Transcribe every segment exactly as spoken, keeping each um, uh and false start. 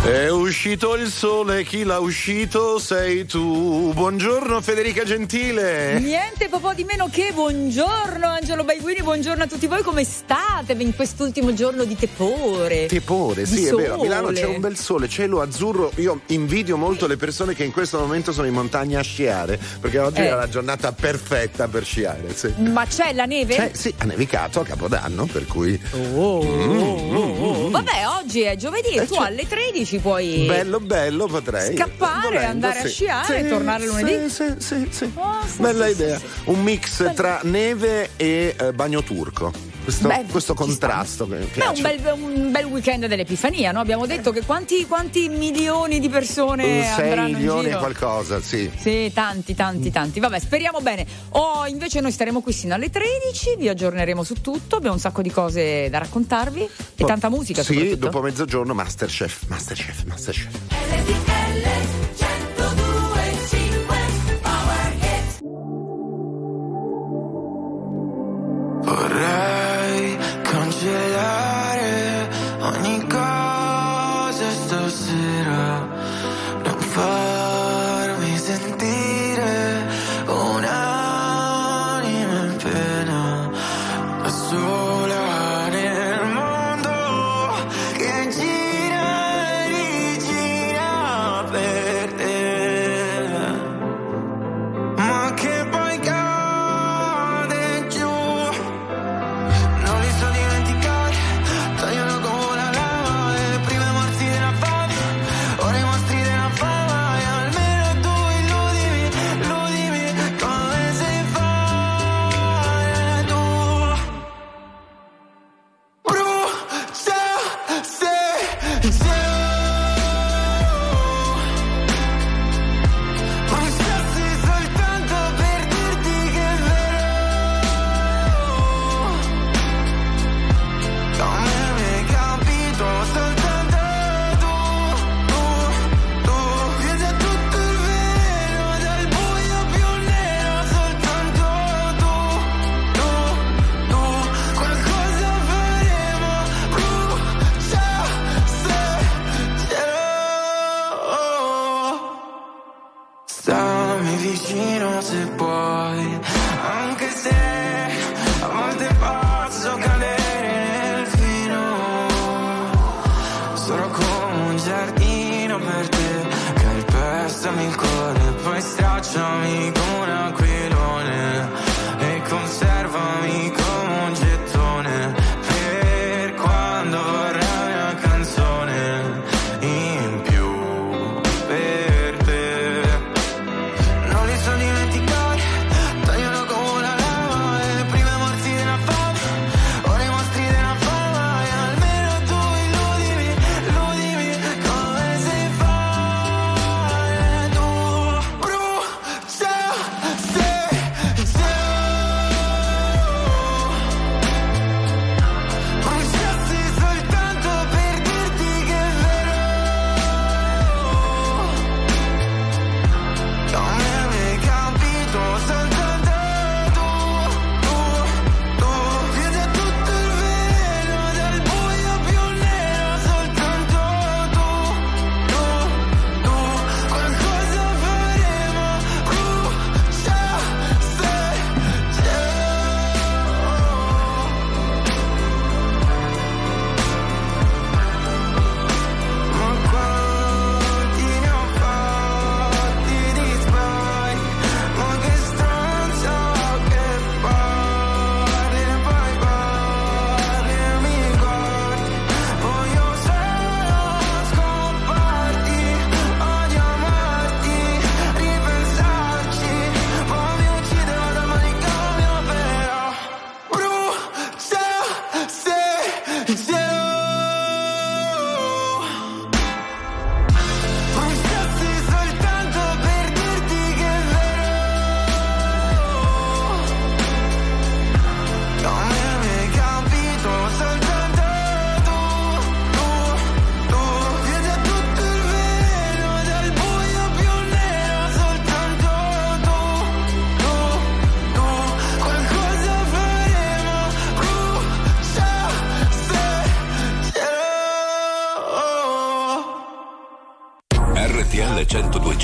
È uscito il sole, chi l'ha uscito sei tu. Buongiorno Federica Gentile. Niente po' di meno che buongiorno Angelo Baiguini, buongiorno a tutti voi, come state in quest'ultimo giorno di tepore? Tepore, sì, è vero, a Milano c'è un bel sole, cielo azzurro. Io invidio molto le persone che in questo momento sono in montagna a sciare, perché oggi eh. è la giornata perfetta per sciare, sì. Ma c'è la neve? C'è, sì, ha nevicato a Capodanno, per cui oh, mm, oh, mm, oh. mm. Vabbè, oggi è giovedì e eh, tu c'è. alle tredici puoi bello bello potrei scappare, volendo, andare sì. a sciare sì, e tornare lunedì. sì sì sì, sì. Oh, sì bella sì, idea sì, sì. Un mix Bello. tra neve e eh, bagno turco, questo, Beh, questo contrasto che mi Beh, piace. un bel, un bel weekend dell'Epifania, no? Abbiamo detto che quanti, quanti milioni di persone sei andranno in milioni giro? e qualcosa, sì. Sì, tanti, tanti, tanti. Vabbè, speriamo bene. Oh, invece noi staremo qui sino alle tredici, vi aggiorneremo su tutto, abbiamo un sacco di cose da raccontarvi e Poi, tanta musica sì, soprattutto. dopo mezzogiorno Masterchef, Masterchef, Masterchef. Vorrei cancellare ogni cosa stasera, non farmi sentire un'anima in pena, da sola nel mondo che gira e rigira per te, ma che poi cade giù. Non li so dimenticare, tagliano come la lava, le prime morti della fame, ora i mostri della fama, e almeno tu illudimi, illudimi come sai fare tu.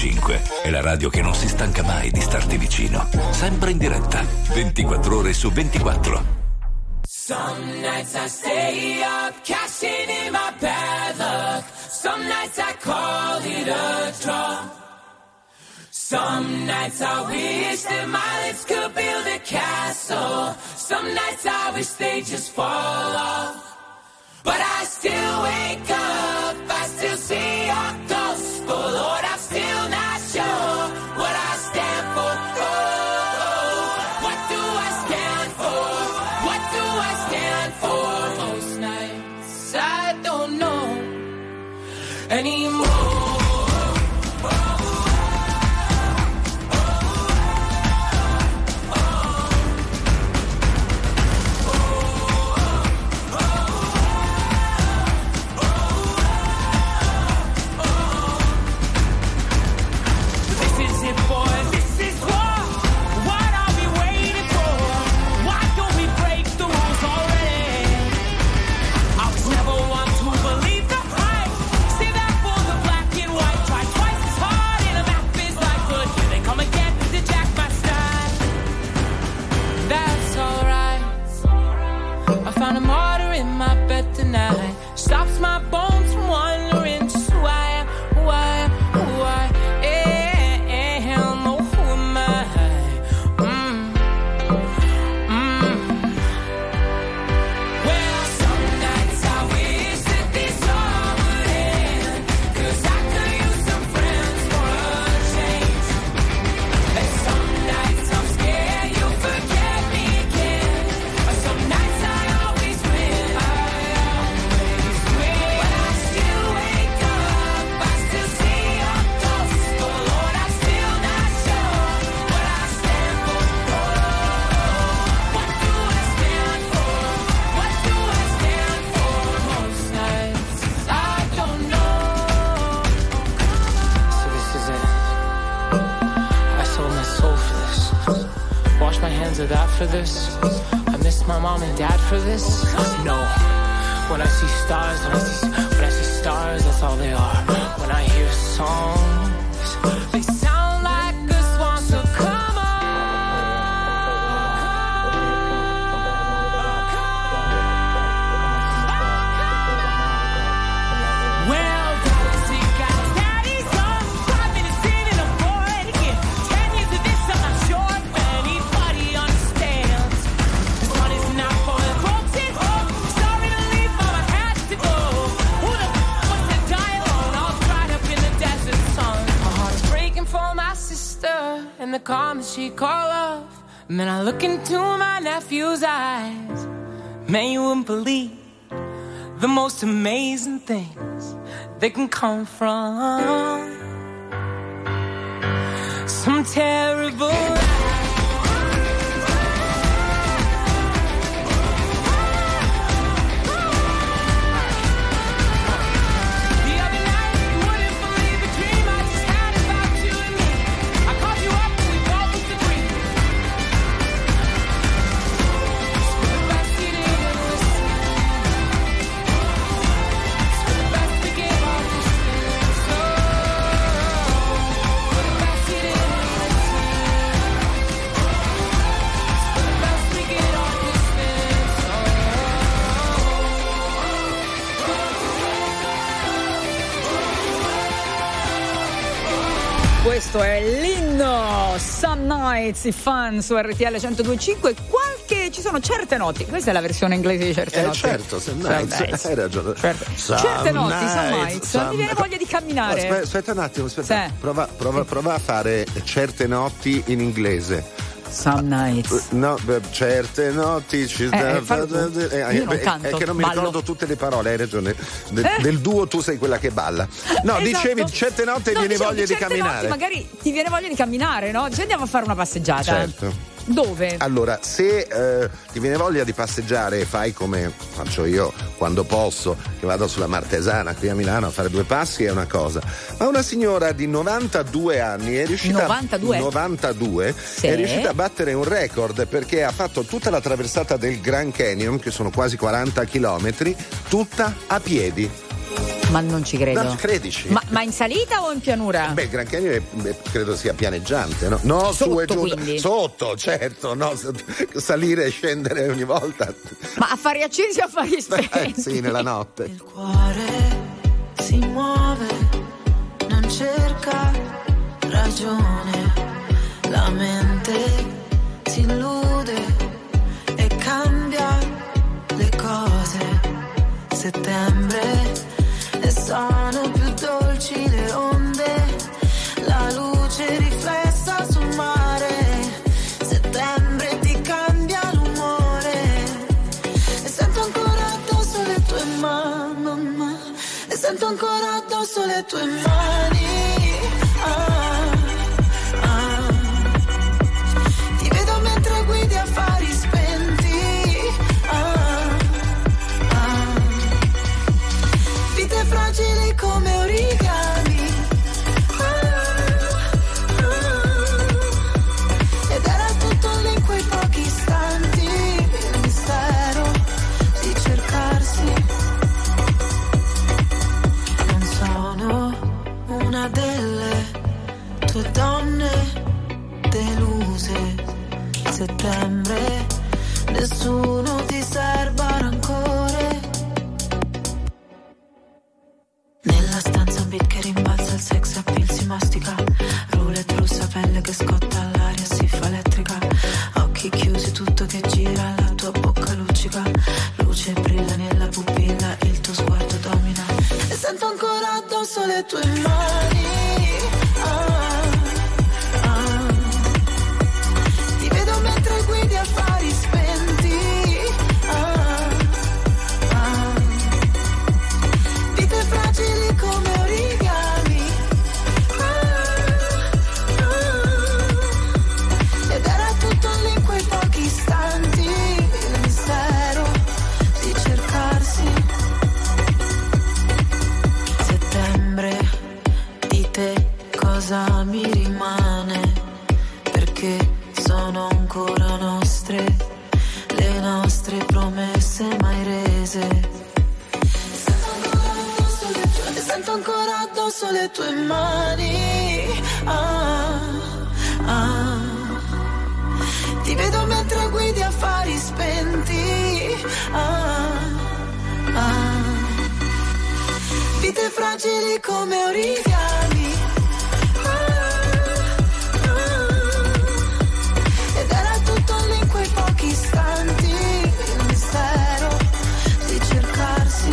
centodue è la radio che non si stanca mai di starti vicino. Sempre in diretta, ventiquattro ore su ventiquattro. Some nights I stay up, cashing in my bad luck. Some nights I call it a draw. Some nights I wish that my lips could build a castle. Some nights I wish they just fall off. But I still wake up, I still see your gospel. Lord, I'm still not sure what I stand for. Oh, oh, what do I stand for? What do I stand for? Most nights I don't know anymore. Found a martyr in my bed tonight. Stops my bones from wandering just who I am, who I am, who I am. Oh, who am I? Mm. Mm. Well, some nights I wish that this all would end, 'cause I could use some friends for a change. And some nights I'm scared you'll forget me again. Some nights I of that for this. I miss my mom and dad for this. No, when I see stars, when I see, when I see stars, that's all they are. When I hear songs, they sound like a swan, so come on. Well, daddy's it, got daddy's on. Five minutes in and I'm bored again. Ten years of this, I'm not sure. And the calm that she call off. And then I look into my nephew's eyes. Man, you wouldn't believe the most amazing things that can come from some terrible life. Questo è l'inno Some Nights, i fan su R T L centodue e cinque. Qualche, ci sono certe notti. Questa è la versione inglese di certe eh notti. Certo, Some Nights, Nights. Hai ragione. Certo. Certe notti, Some Nights. Some... Mi viene voglia di camminare. Oh, aspetta, aspetta un attimo, aspetta. Sì. Prova, prova, prova a fare certe notti in inglese. Some Nights. No, certe notti ci eh, fallo eh, io non canto, è che non mi ballo. ricordo tutte le parole, hai ragione. De, eh? Del duo tu sei quella che balla. No, esatto. Dicevi certe notti no, viene voglia di camminare. Notti magari ti viene voglia di camminare, no? Ci andiamo a fare una passeggiata. Certo. Dove? Allora, se eh, ti viene voglia di passeggiare, fai come faccio io quando posso, che vado sulla Martesana qui a Milano a fare due passi, è una cosa. Ma una signora di novantadue anni è riuscita novantadue, novantadue sì. È riuscita a battere un record perché ha fatto tutta la traversata del Grand Canyon, che sono quasi quaranta chilometri, tutta a piedi. Ma non ci credo. No, credici. Ma, ma in salita o in pianura? Beh, il Gran Canyon è, beh, credo sia pianeggiante, no? No, Sotto, su e giù. quindi. Sotto, certo, no, salire e scendere ogni volta. Ma affari accesi o affari spenti? Eh, sì, nella notte. Il cuore si muove, non cerca ragione, la mente si illude e cambia le cose. Settembre e sono più dolci le onde, la luce riflessa sul mare. Settembre ti cambia l'umore e sento ancora addosso le tue mani, e sento ancora addosso le tue mani. Ah, ah. Ti vedo mentre guidi affari spenti. Ah, ah. Vite fragili come origami. Ah, ah. Ed era tutto lì in quei pochi istanti, il mistero di cercarsi. Non sono una delle tue donne deluse. Settembre, nessuno ti serba rancore. Nella stanza un beat che rimbalza, il sex appeal si mastica. Roulette russa, pelle che scotta, all'aria si fa elettrica. Occhi chiusi, tutto che gira, la tua bocca luccica. Luce brilla nella pupilla, il tuo sguardo domina. E sento ancora addosso le tue mani. Ah, ah. Ti vedo mentre guidi affari spenti. Ah, ah. Vite fragili come origami. Ah, ah. Ed era tutto lì in quei pochi istanti, il mistero di cercarsi. Settembre, di te cosa mi rimane? Perché sono ancora nostre le nostre promesse mai rese. Sento ancora addosso le tue, sento ancora addosso le tue mani. Ah, ah. Ti vedo mentre guidi affari spenti. Ah, ah. Vite fragili come origami. Ah, ah. Ed era tutto lì in quei pochi istanti, il mistero di cercarsi.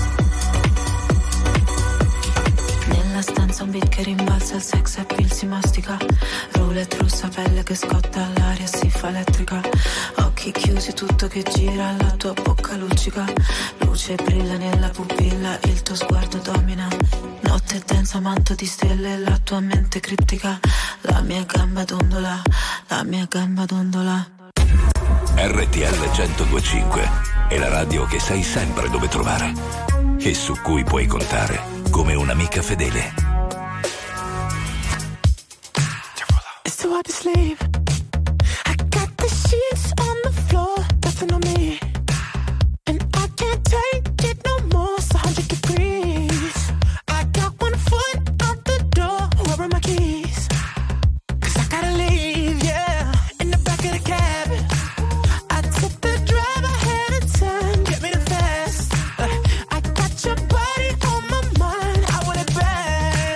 Nella stanza un beat che rimbalza, il sex appeal si mastica. Roulette russa, pelle che scotta, all'aria si fa elettrica. Occhi chiusi, tutto che gira, la tua bocca luccica. Luce brilla nella pupilla, il tuo sguardo domina. Notte densa, manto di stelle, la tua mente criptica. La mia gamba dondola, la mia gamba dondola. R T L centodue e cinque è la radio che sai sempre dove trovare e su cui puoi contare come un'amica fedele. It's too hard to sleep. I got the sheets on the floor, nothing on me. And I can't take it no more, it's one hundred degrees. I got one foot out the door, where are my keys? Cause I gotta leave, yeah. In the back of the cab, I took the drive ahead of time, get me the fast. uh, I got your body on my mind, I want it bad.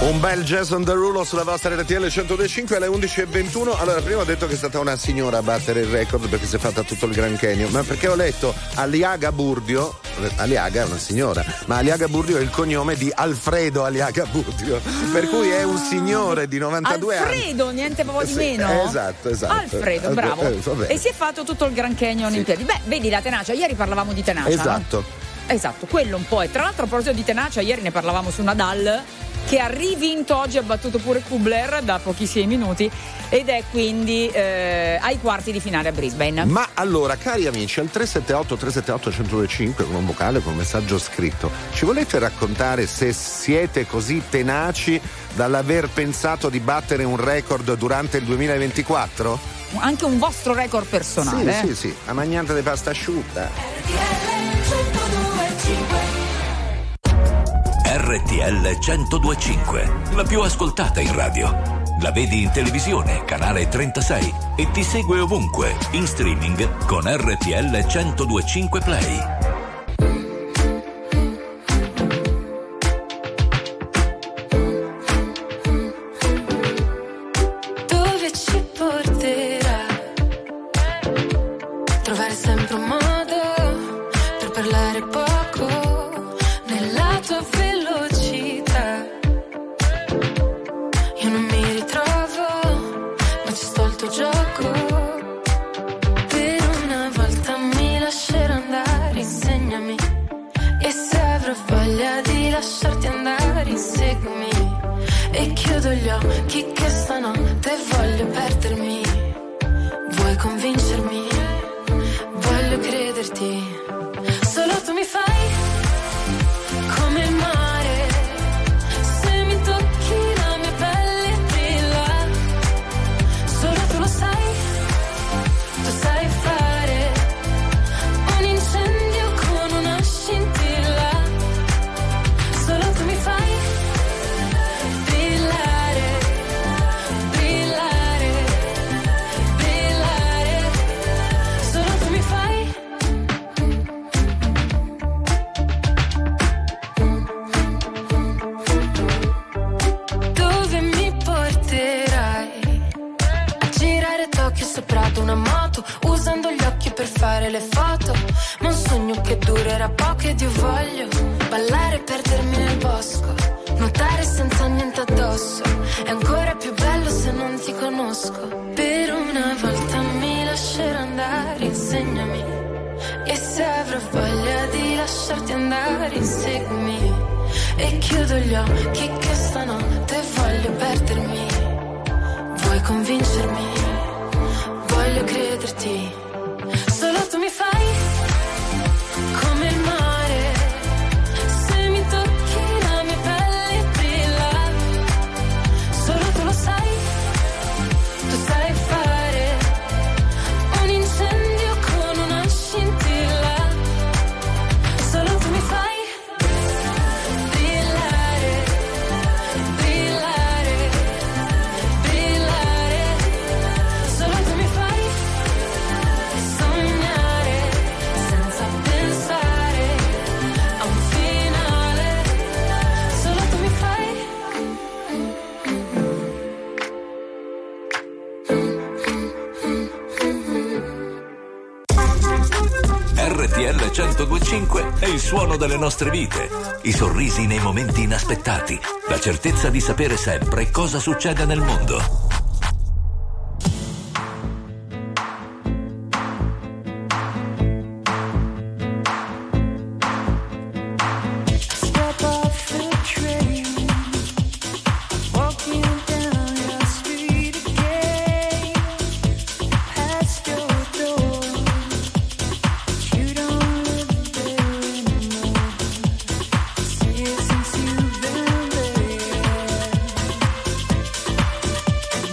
Un bel Jason Derulo sulla vostra R T L centodue e cinque alle undici e ventuno. Allora, prima ho detto che è stata una signora a battere il record perché si è fatta tutto il Grand Canyon, ma perché ho letto Aliaga Burdio. Aliaga è una signora, ma Aliaga Burdio è il cognome di Alfredo Aliaga Burdio, per cui è un signore di novantadue Alfredo, anni. Alfredo, niente proprio di Sì, meno. esatto, esatto. Alfredo, bravo. Eh, e si è fatto tutto il Grand Canyon Sì. in piedi. Beh, vedi la tenacia, ieri parlavamo di tenacia. Esatto. No? Esatto, quello un po'. E tra l'altro a proposito di tenacia, ieri ne parlavamo su Nadal, che ha rivinto oggi, ha battuto pure Kubler da pochissimi minuti ed è quindi eh, ai quarti di finale a Brisbane. Ma allora, cari amici, al tre sette otto tre sette otto uno zero due cinque con un vocale, con un messaggio scritto, ci volete raccontare se siete così tenaci dall'aver pensato di battere un record durante il duemilaventiquattro? Anche un vostro record personale. Sì, eh? sì, sì, a magnante di pasta asciutta. R T L centodue e cinque, la più ascoltata in radio. La vedi in televisione, canale trentasei, e ti segue ovunque, in streaming con R T L centodue e cinque Play. Dove ci porterà? Trovare sempre un modo per parlare poco nella tua velocità. Io non mi ritrovo, ma ci sto il tuo gioco. Per una volta mi lascerò andare, insegnami. E se avrò voglia di lasciarti andare, inseguimi. E chiudo gli occhi che stanotte voglio perdermi. Vuoi convincermi? Voglio crederti. Solo tu mi fai come il mare. Se mi tocchi la mia pelle brilla. Solo tu lo sai. Tu sai fare un incendio con una scintilla. Solo tu mi fai brillare, brillare, brillare. Solo tu mi fai. Dove mi porterai? A girare Tokyo sopra ad una moto, usando gli occhi per fare le foto. Ma un sogno che durerà poco ed io voglio ballare e perdermi nel bosco, nuotare senza niente addosso. È ancora più bello se non ti conosco. Per una volta mi lascerò andare, insegnami. E se avrò voglia di lasciarti andare, inseguimi. E chiudo gli occhi che stanotte voglio perdermi. Vuoi convincermi? Voglio crederti. Solo tu mi fai come il mare. Se mi tocchi la mia pelle brilla. Solo tu lo sai. Tu sai fare un incendio con una scintilla. Solo tu mi fai brillare, brillare, brillare. Solo tu mi fai sognare senza pensare a un finale. Solo tu mi fai. R T L centodue e cinque è il suono delle nostre vite, i sorrisi nei momenti inaspettati, la certezza di sapere sempre cosa succede nel mondo. Step off the train, walking down your street again, past your door. You don't live there anymore. See it since you've been there.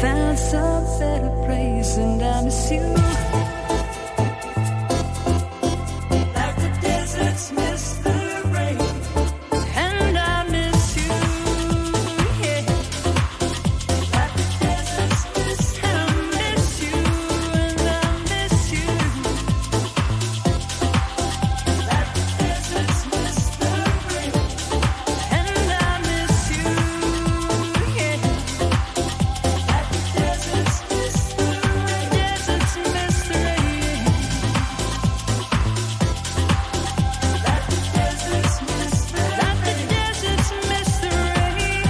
found some better place, and I miss you. Like the deserts miss the rain, and I miss you, yeah. Like the deserts miss, and I miss you, and I miss you. Like the deserts miss the rain, and I miss you, yeah. Like the deserts miss the rain, deserts miss the rain. Like the deserts miss the rain, like the deserts miss the rain.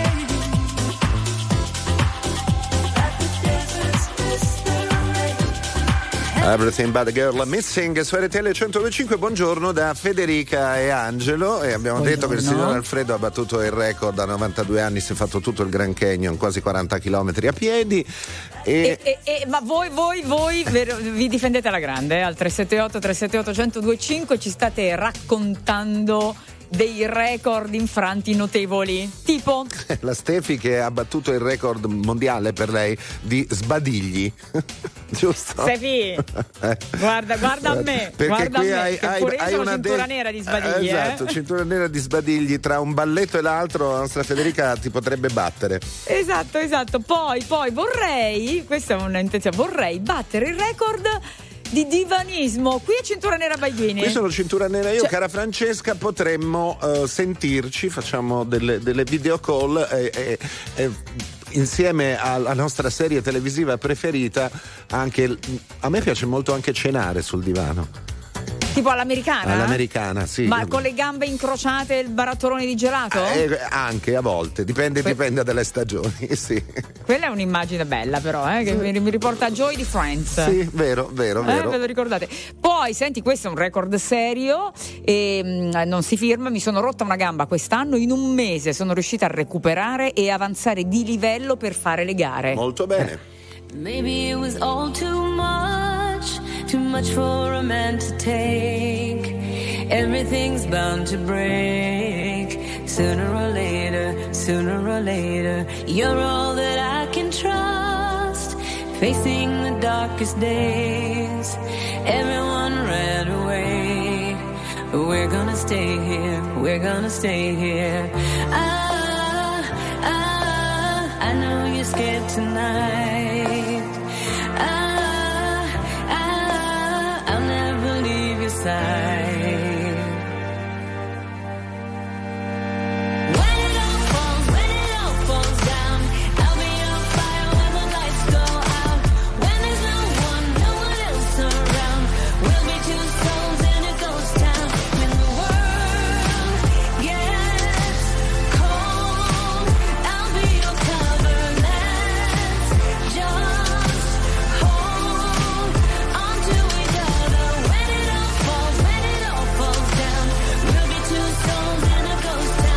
Like the deserts miss the rain. Everything but a Girl Missing su R T L centodue e cinque. Buongiorno da Federica e Angelo, e abbiamo Buongiorno. detto che il signor Alfredo ha battuto il record a novantadue anni, si è fatto tutto il Grand Canyon, quasi quaranta chilometri a piedi. E, E, e- e- ma voi, voi, voi vero- vi difendete alla grande, eh? Al tre sette otto tre sette otto uno zero due cinque ci state raccontando dei record infranti notevoli, tipo la Stefi che ha battuto il record mondiale per lei di sbadigli, giusto? Stefi, Eh. guarda, guarda a me, Perché guarda a qui me, hai, che hai, pure io hai sono una cintura de- nera di sbadigli, Eh, esatto, eh? cintura nera di sbadigli, tra un balletto e l'altro la nostra Federica ti potrebbe battere. Esatto, esatto. Poi, poi vorrei, questa è un'intenzione, vorrei battere il record di divanismo. Qui è cintura nera Baglini. Qui sono cintura nera io, Cioè- cara Francesca, potremmo eh, sentirci, facciamo delle, delle video call e, e- e insieme alla nostra serie televisiva preferita. Anche a me piace molto anche cenare sul divano. Tipo all'americana? All'americana, sì. Ma con le gambe incrociate e il barattolone di gelato? Eh, anche a volte, dipende, Que- dipende dalle stagioni, sì. Quella è un'immagine bella però, eh, che mi, mi riporta a Joy di Friends. Sì, vero, vero, Eh, vero. ve lo ricordate? Poi, senti, questo è un record serio e mh, non si firma. Mi sono rotta una gamba quest'anno, in un mese sono riuscita a recuperare e avanzare di livello per fare le gare. Molto bene. Maybe it was all too much, too much for a man to take. Everything's bound to break, sooner or later, sooner or later. You're all that I can trust, facing the darkest days. Everyone ran away, but we're gonna stay here, we're gonna stay here. Ah, ah, I know you're scared tonight. Ah, ah, I'll never leave your side. When it all falls, when it all falls down, I'll be on fire when the lights go out. When there's no one, no one else around, we'll be two souls in a ghost town. When the world gets cold, I'll be your cover. Let's just hold on to each other. When it all falls, when it all falls down, we'll be two souls in a ghost town.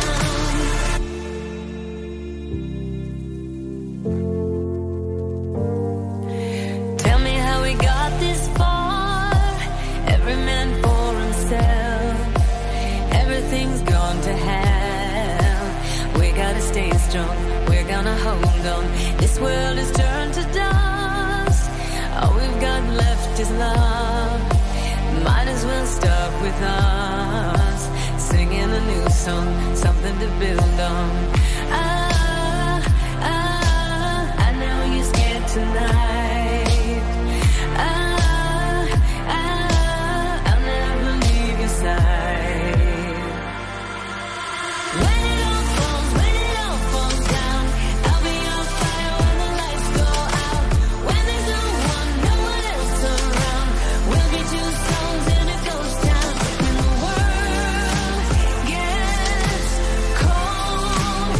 Tell me how we got this far. Every man for himself. Everything's gone to hell. We gotta stay strong. We're gonna hold on. This world is turned to dust. All we've got left is love. Might as well start with us. Singing a new song, something to build on. Ah, ah, I know you're scared tonight. Ah, ah, I'll never leave your side. When it all falls, when it all falls down, I'll be on fire when the lights go out. When there's no one, no one else around, we'll be two souls in a ghost town. When the world gets cold,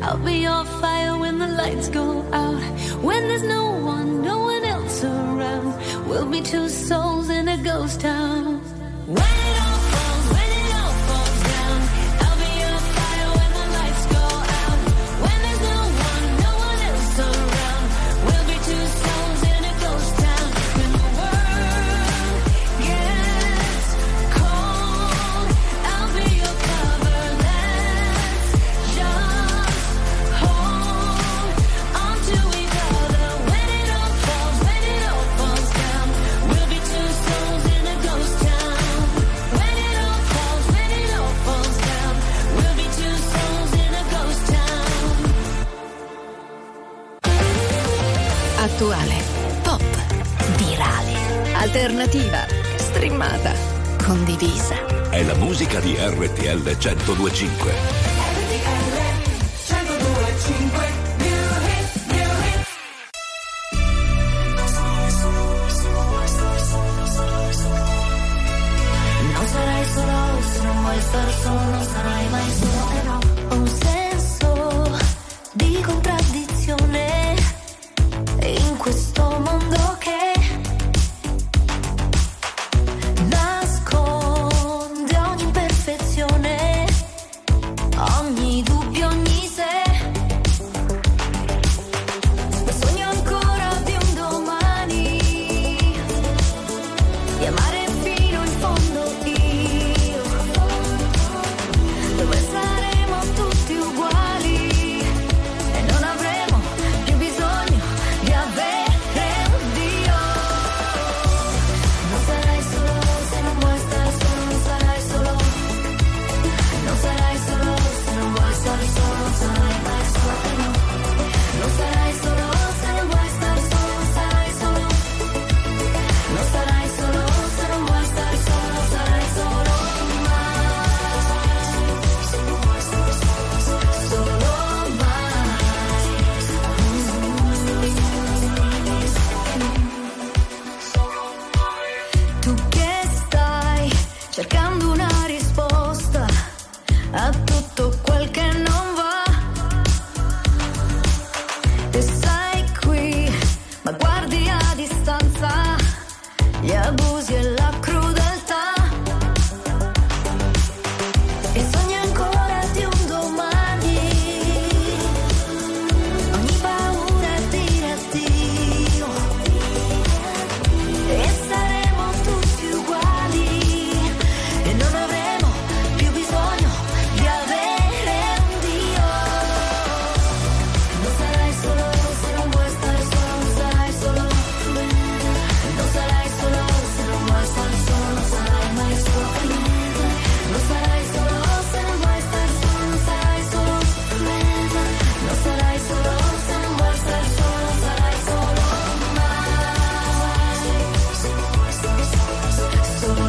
I'll be your fire when the lights go out. When there's no one, no one else around. We'll be two souls in a ghost town. When it all falls, when it all falls down, I'll be your fire when the lights go out. When there's no one, no one else around. We'll be two souls in a ghost town. When the world gets cold, I'll be your cover. Let's just hold on to each other. When it all falls, when it all falls down, we'll be two souls in a ghost town. When it all falls, when it all falls down, we'll be two souls in a ghost town. Attuale, pop, virale, alternativa, streamata, condivisa. È la musica di R T L centodue e cinque. Non sarai solo se non vuoi star solo, non sarai mai solo, eh no. Ho un senso di contraddizione in questo mondo che nasconde ogni imperfezione, ogni dubbio, ogni se. Sogno ancora di un domani, di amare fino in fondo io, dove saremo tutti uguali e non avremo più bisogno di avere un Dio. Non sarai solo se non vuoi star solo, non sarai solo. Non sarai solo se non vuoi star solo, non sarai mai solo, eh no. Non sarai solo se non vuoi star solo, non sarai solo. Non sarai solo se non vuoi star solo, non sarai solo mai. Solo mai. Tu che stai cercando una risposta a tutto quel che non va, e sei qui ma guardi a distanza gli abusi e la crudeltà, e sogni ancora di un domani, ogni paura è dire addio, e saremo tutti uguali e non avremo più bisogno di avere un Dio. Non sarai solo se non vuoi star solo, non sarai solo. Non sarai solo se non vuoi star solo, non sarai mai solo. Non sarai solo se non vuoi star solo, non sarai solo. Non sarai solo se non vuoi star solo, non sarai solo mai. Solo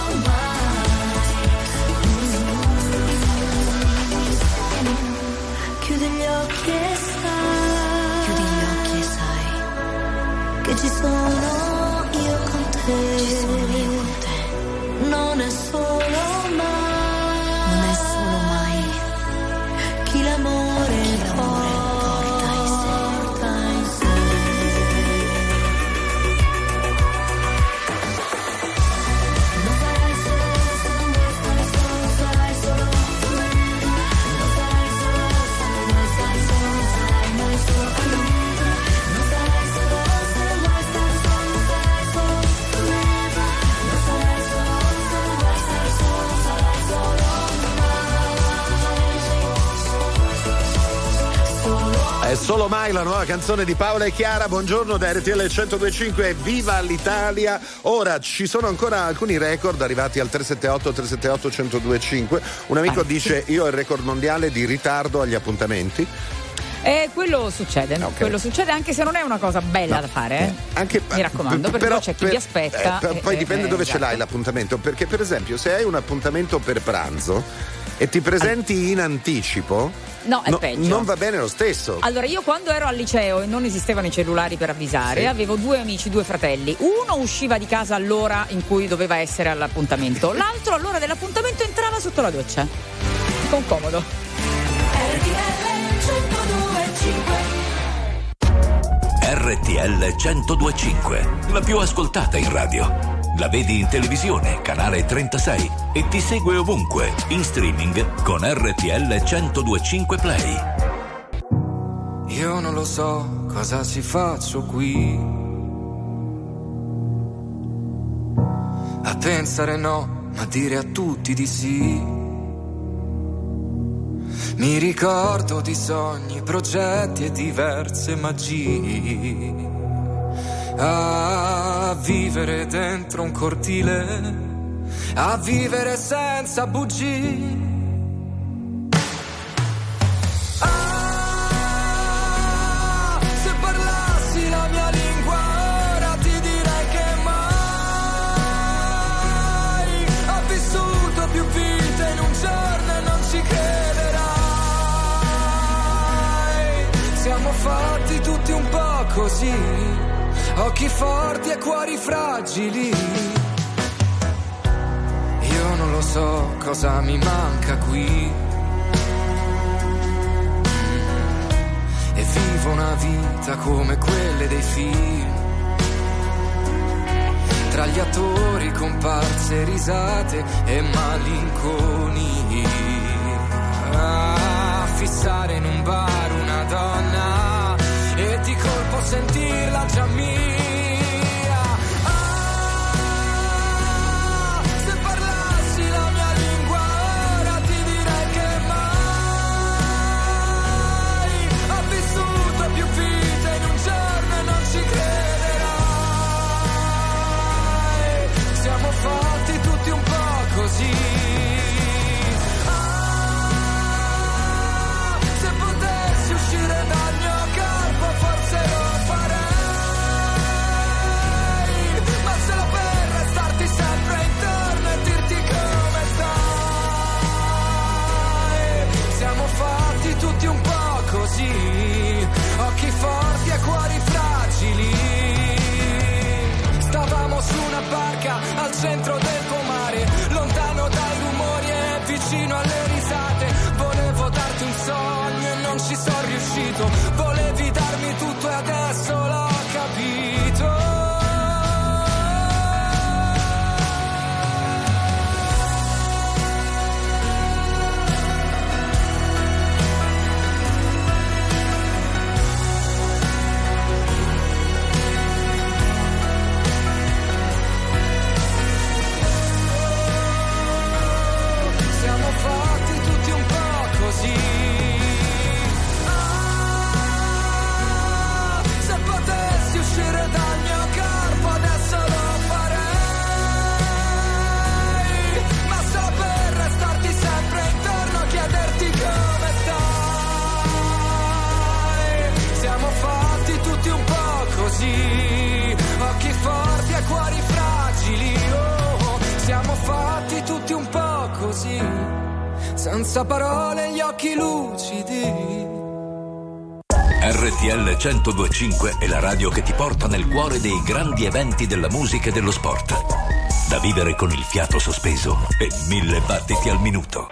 mai. Chiudi gli occhi e sai, chiudi gli occhi e sai che ci sono io con te, ci sono io con te. Non è solo mai, non è solo mai chi l'amore, chi l'amore porta in sé, porta in sé. Non sarai solo se non vuoi star solo, non sarai solo. Non sarai solo se non vuoi star solo, non sarai mai solo. Non sarai solo se non vuoi star solo, non sarai solo. Non sarai solo se non vuoi star solo, non sarai solo mai. Solo È solo mai la nuova canzone di Paola e Chiara. Buongiorno da R T L centodue e cinque, viva l'Italia. Ora ci sono ancora alcuni record arrivati al tre sette otto tre sette otto uno zero due cinque. Un amico Ah, dice: io ho il record mondiale di ritardo agli appuntamenti. E quello succede, Ok. quello succede anche se non è una cosa bella No, da fare, eh. Anche, Mi raccomando, perché però poi c'è chi per- vi aspetta. eh, e- poi e- dipende eh, dove ce esatto. l'hai l'appuntamento, perché per esempio se hai un appuntamento per pranzo e ti presenti in anticipo, No, è peggio. non va bene lo stesso. Allora, io quando ero al liceo e non esistevano i cellulari per avvisare, Sì. avevo due amici, due fratelli. Uno usciva di casa all'ora in cui doveva essere all'appuntamento, l'altro all'ora dell'appuntamento entrava sotto la doccia. Con comodo. R T L R T L centodue e cinque, la più ascoltata in radio. La vedi in televisione, canale trentasei, e ti segue ovunque, in streaming con R T L centodue e cinque Play. Io non lo so cosa ci faccio qui, a pensare no, ma dire a tutti di sì. Mi ricordo di sogni, progetti e diverse magie, a vivere dentro un cortile, a vivere senza bugie. Ah, se parlassi la mia lingua ora ti direi che mai ho vissuto più vite in un giorno e non ci crederai. Siamo fatti tutti un po' così, occhi forti e cuori fragili. Io non lo so cosa mi manca qui, e vivo una vita come quelle dei film, tra gli attori, comparse, risate e malinconia. A fissare in un bar una donna e di colpo sentirla già mia. Ah, se parlassi la mia lingua ora ti direi che mai ho vissuto più vite in un giorno e non ci crederai. Siamo fatti tutti un po' così. Ah, se potessi uscire dal mio corpo forse lo farei, ma solo per restarti sempre intorno e dirti come stai. Siamo fatti tutti un po' così, occhi forti e cuori fragili. Stavamo su una barca al centro del pomare, lontano dai rumori e vicino alle risate. Volevo darti un sogno e non ci sono riuscito, volevi darmi tutto e adesso l'ho capito. Siamo fatti tutti un po' così. Ah, se potessi uscire dal mio corpo adesso lo farei, ma solo per restarti sempre intorno a chiederti come stai. Siamo fatti tutti un po' così, occhi forti e cuori fragili. Oh, siamo fatti tutti un po' così, senza parole gli occhi lucidi. R T L centodue e cinque è la radio che ti porta nel cuore dei grandi eventi della musica e dello sport. Da vivere con il fiato sospeso e mille battiti al minuto.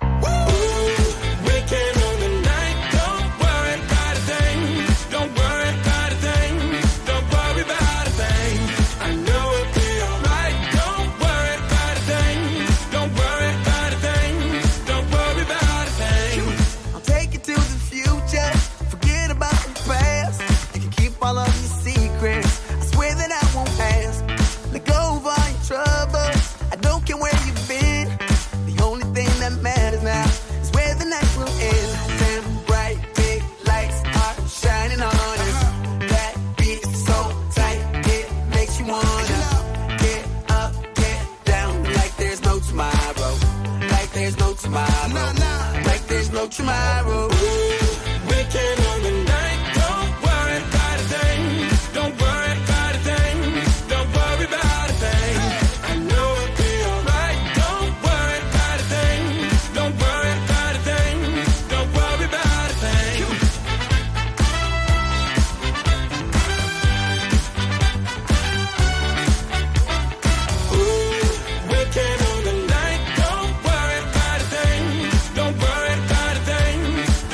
I'll take you to the future. Forget about the past. You can keep all of your secrets. I swear that I won't ask. Let go of all your troubles. I don't care where you've been. The only thing that matters now is where the night will end. Damn bright, big lights are shining on us. That beat is so tight, it makes you wanna get up, get down, like there's no tomorrow. Like there's no tomorrow. Like there's no tomorrow. Weekend on the night, don't worry about a thing. Don't worry about a thing. Don't worry about a thing. I know it'll be alright. Don't worry about a thing. Don't worry about a thing. Don't worry about a thing. Ooh, weekend on the night, don't worry about a thing. Don't worry about a thing.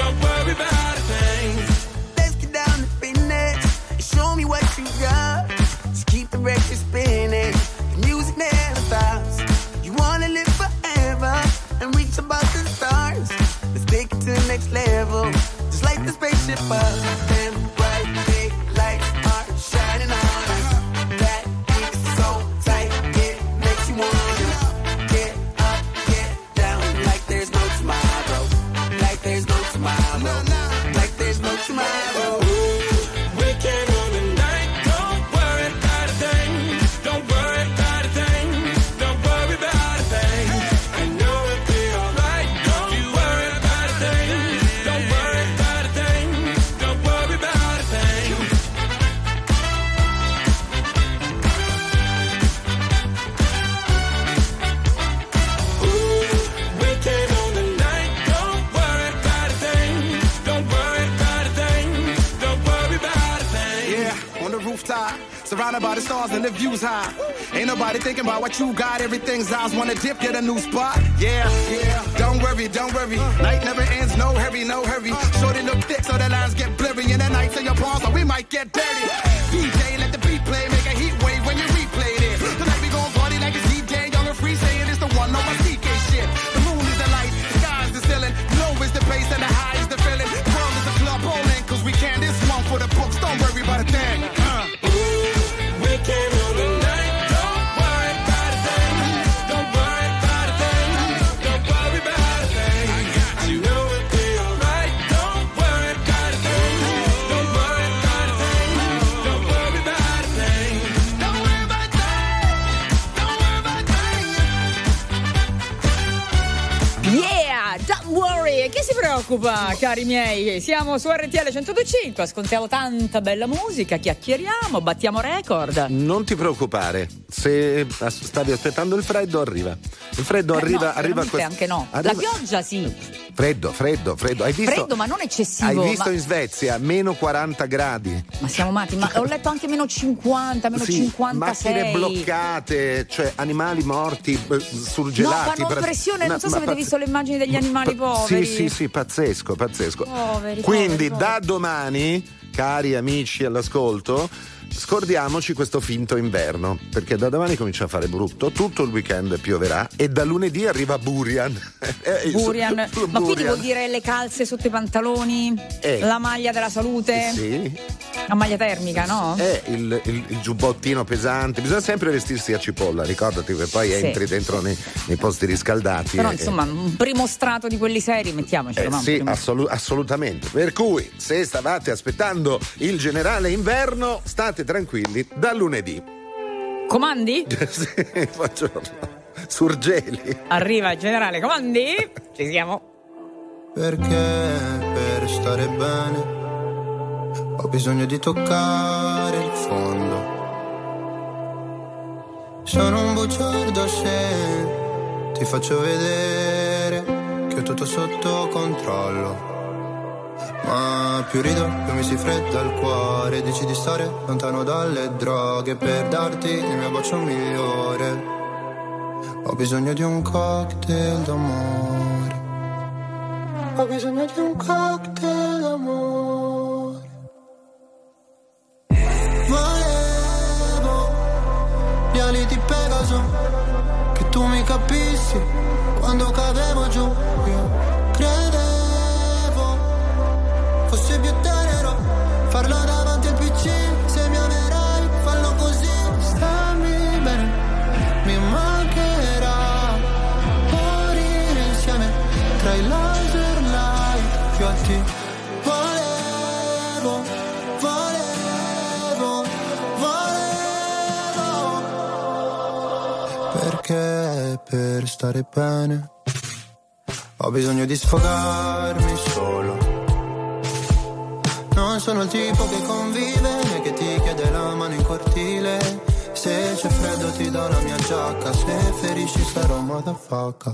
you spinning. The music never stops. You wanna live forever and reach above the stars. Let's take it to the next level. Just like the spaceship up. Them bright big lights are shining on us. That beat so tight, it makes you wanna get up, get down, like there's no tomorrow. Like there's no tomorrow. Like there's no tomorrow. We came on the night, don't worry about a thing. Don't worry about a thing. Don't worry about a thing. I know it'll be alright. Don't you worry about a thing. Don't worry about a thing. Don't worry about a thing. We came on the night, don't worry about a thing. Don't worry about a thing. Don't worry about a thing. Yeah, on the rooftop, surrounded by the stars and the views high. Ain't nobody thinking about what you got. Everything's eyes wanna dip, get a new spot. Yeah, yeah. Don't worry, don't worry. Night never ends, no hurry, no hurry. Shorty look thick so the lines get blurry. And the nights in your palms, so we might get dirty. D J, let the beat play, make a heat wave when you replay this. Tonight we gon' party like it's D J, young and free, saying it's the one on my C K shit. The moon is the light, the sky is the ceiling. Low is the bass and the high is the feeling. The world is a club bowling, cause we can this one for the books. Don't worry about a thing. Uh. We came on the night, don't worry about a thing. Don't worry about a thing. Don't worry about a thing. You know it'll be alright. Don't worry about a thing. Don't worry about a thing. Don't worry about a thing. Don't worry about a thing. Don't worry about a thing. Yeah, don't worry, chi si preoccupa, cari miei? Siamo su R T L centodue e cinque, ascoltiamo tanta bella musica, chiacchieriamo, battiamo record. Non ti preoccupare, se as- stavi aspettando il freddo, arriva. Il freddo Eh, arriva, no, arriva veramente questo- anche no. arriva- La pioggia sì, Freddo, freddo, freddo. Hai visto? freddo ma non eccessivo. Hai visto ma, in Svezia meno quaranta gradi? ma siamo matti, ma ho letto anche meno cinquanta, meno Sì, cinquantasei. macchine bloccate, cioè animali morti, eh, No, surgelati. fanno pra- impressione, non No, so se ma avete pazz- visto le immagini degli animali pa- poveri. Sì, sì, sì, pazzesco, pazzesco. Poveri, Quindi poveri, da domani, cari amici all'ascolto, scordiamoci questo finto inverno, perché da domani comincia a fare brutto, tutto il weekend pioverà e da lunedì arriva Burian. Eh, Burian. su- su Ma quindi Burian. vuol dire le calze sotto i pantaloni, Eh. la maglia della salute, Sì, la maglia termica, no? è il, il- il giubbottino pesante, bisogna sempre vestirsi a cipolla, ricordati che poi Sì. entri dentro nei, nei posti riscaldati. Però e- insomma un primo strato di quelli seri mettiamocelo. Eh no? Un sì, primo- assolu- assolutamente. Per cui, se stavate aspettando il generale inverno, state tranquilli, da lunedì. Comandi? Sì, buongiorno. Surgeli. Arriva il generale, comandi? Ci siamo. Perché per stare bene ho bisogno di toccare il fondo. Sono un bugiardo se ti faccio vedere che ho tutto sotto controllo. Ma più rido, più mi si fredda il cuore. Dici di stare lontano dalle droghe per darti il mio bacio migliore. Ho bisogno di un cocktail d'amore. Ho bisogno di un cocktail d'amore. Volevo gli ali di Pegaso, che tu mi capissi quando cadevo giù. Io credevo fosse più tenero farlo davanti al P C. Se mi amerai, fallo così. Stammi bene, mi mancherà morire insieme tra i laser light più alti. Volevo, volevo, volevo. Perché per stare bene ho bisogno di sfogarmi solo. Non sono il tipo che convive né che ti chiede la mano in cortile. Se c'è freddo ti do la mia giacca, se ferisci sarò motherfucker.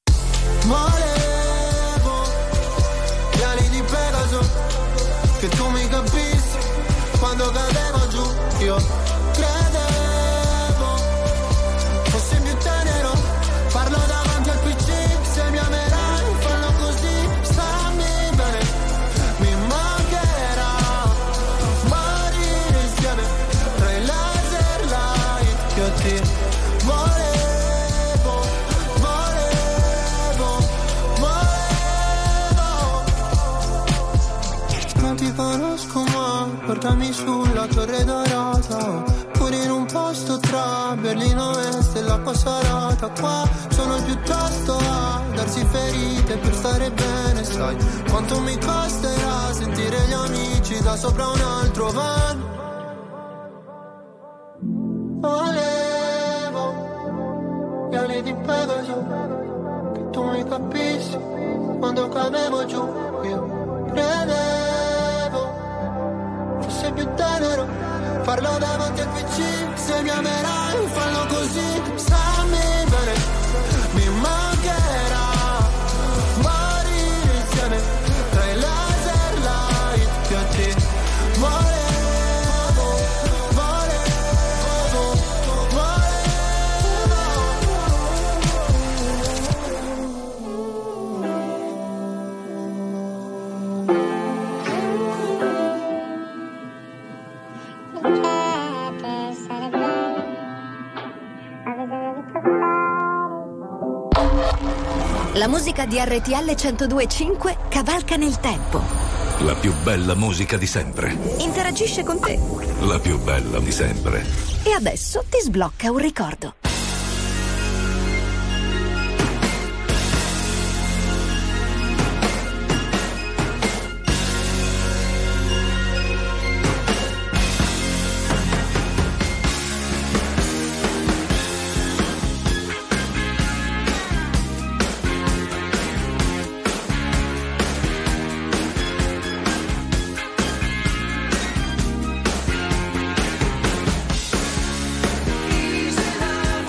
Volevo gli ali di Pegaso, che tu mi capissi quando cadevo giù. Io credevo fosse più tenero farlo davanti al P C. Se mi amerai, fallo così. Stammi bene, mi mancherà morire insieme tra i laser light. io ti volevo, volevo, volevo. Non ti conosco ma portami sulla torre dorata, pure in un posto tra Berlino Est e l'acqua salata. Qua sono piuttosto a darsi ferite per stare bene, sai quanto mi costerà sentire gli amici da sopra un altro van. Volevo gli ali di Pegaso, che tu mi capissi quando cadevo giù. Io credevo fosse più tenero farlo davanti al P C. Se mi amerai fallo così, stammi bene, mi mancherà morire insieme tra i laser light. Io ti volevo, volevo, La musica di R T L centodue e cinque cavalca nel tempo. La più bella musica di sempre. Interagisce con te. La più bella di sempre. E adesso ti sblocca un ricordo. Easy love.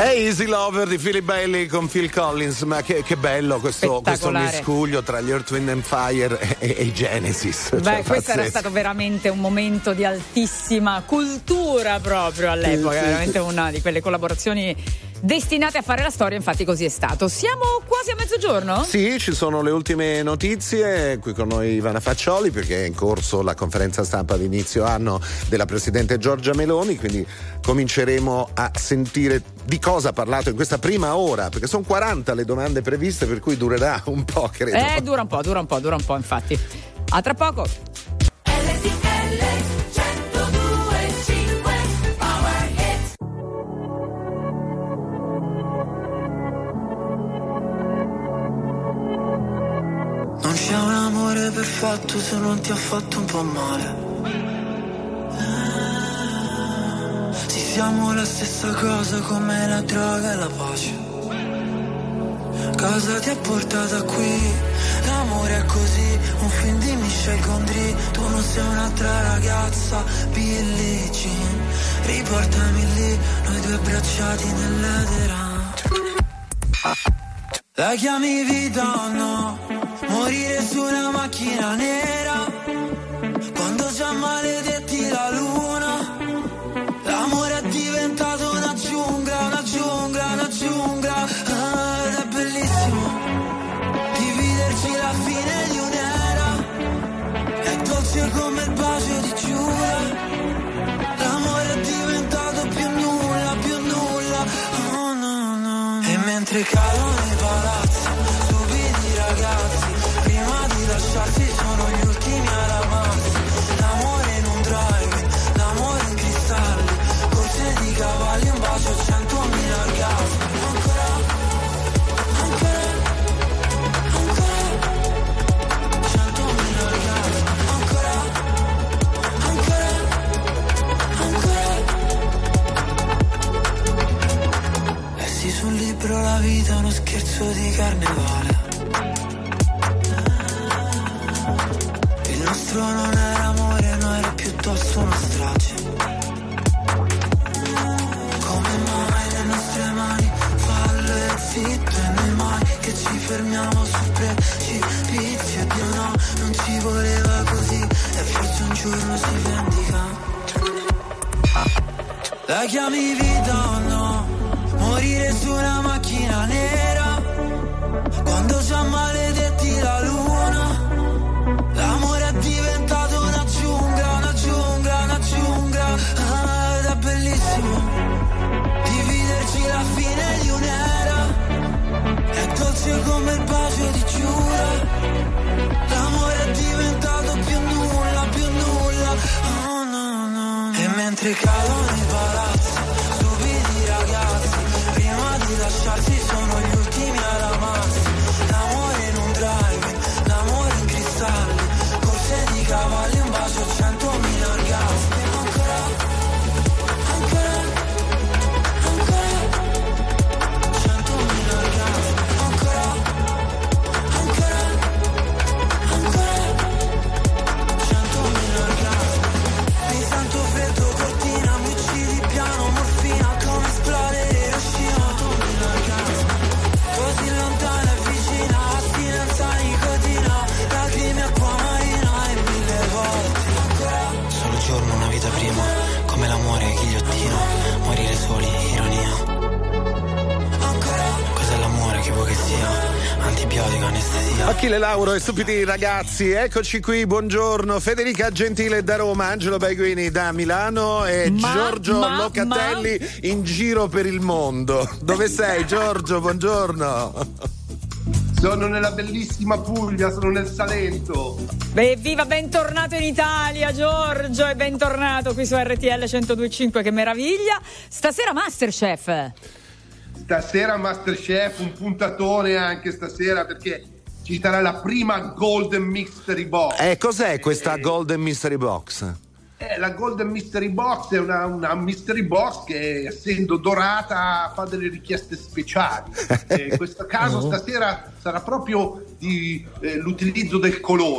Hey Easy Lover di Philip Bailey con Phil Collins, ma che, che bello questo, questo miscuglio tra gli Earth, Wind and Fire e, e, e i Genesis. Beh, cioè, questo era stato veramente un momento di altissima cultura proprio all'epoca, sì, sì, veramente sì. Una di quelle collaborazioni destinate a fare la storia, infatti così è stato. Siamo quasi a mezzogiorno? Sì, ci sono le ultime notizie, qui con noi Ivana Faccioli perché è in corso la conferenza stampa di inizio anno della Presidente Giorgia Meloni, quindi cominceremo a sentire di cosa ha parlato in questa prima ora, perché sono quaranta le domande previste, per cui durerà un po', credo. Eh, dura un po', dura un po', dura un po', infatti. A tra poco. Non c'è un amore perfetto se non ti ha fatto un po' male. Sì, siamo la stessa cosa come la droga e la pace. Cosa ti ha portata qui? L'amore è così, un film di Michel Gondry. Tu non sei un'altra ragazza, Billie Jean. Riportami lì, noi due abbracciati nell'edera. La chiami vita o no? Morire su una macchina nera, quando già maledetti la luna. L'amore è diventato una giungla, una giungla, una giungla. Ah, ed è bellissimo dividerci la fine di un'era. È dolce come il bacio di Giura. L'amore è diventato più nulla, più nulla. Oh no, no. E mentre cadono i palazzi, stupidi ragazzi, prima di lasciarsi sono gli ultimi ad amarsi. L'amore in un drive, l'amore in cristalli, corse di cavalli, un bacio, centomila orgasmi. Ancora, ancora, ancora, centomila orgasmi. Ancora, ancora, ancora. Lessi sul libro La vita è uno scherzo di carnevale. Il nostro non era amore, no, era piuttosto una strage. Come mai le nostre mani fallo e zitto e noi mai che ci fermiamo sul precipizio. E Dio no, non ci voleva così e forse un giorno si vendica. La chiami vita o no? Morire su una macchina nera, quando già maledetti la luna. L'amore è diventato una giungla, una giungla, una giungla. Ah, ed è bellissimo dividerci la fine di un'era. È dolce come il bacio di Giura. L'amore è diventato più nulla, più nulla. Oh no, no. E mentre cadono i palazzi, stupidi ragazzi, prima di lasciarsi sono gli ultimi ad amarsi. L'amore in un drive, l'amore in cristalli, corse di cavalli, un bacio, centomila orgasmi. Ancora, ancora, ancora, centomila orgasmi. Ancora, ancora, ancora, centomila orgasmi. Mi sento freddo, cortina, mi uccidi piano, morfina, come esplodere Hiroshima. Centomila orgasmi. Così lontana e vicina, astinenza, nicotina, lacrime, acqua marina e mille volte. Solo giorno, una vita prima, come l'amore, ghigliottina, morire soli, ironia. Ancora. Cos'è l'amore, che vuoi che sia? Antibiotico, anestesia. Achille Lauro e stupidi ragazzi, eccoci qui, buongiorno. Federica Gentile da Roma, Angelo Baiguini da Milano e Ma, Giorgio ma, Locatelli ma... in giro per il mondo. Dove sei, Giorgio? Buongiorno. Sono nella bellissima Puglia, sono nel Salento. Beh, viva, bentornato in Italia Giorgio e bentornato qui su R T L centodue e cinque, che meraviglia. Stasera Masterchef. Stasera Masterchef, un puntatone anche stasera perché ci sarà la prima Golden Mystery Box. Eh, cos'è questa eh, Golden Mystery Box? Eh, la Golden Mystery Box è una, una Mystery Box che, essendo dorata, fa delle richieste speciali. Eh, in questo caso oh. stasera sarà proprio di, eh, l'utilizzo del colore.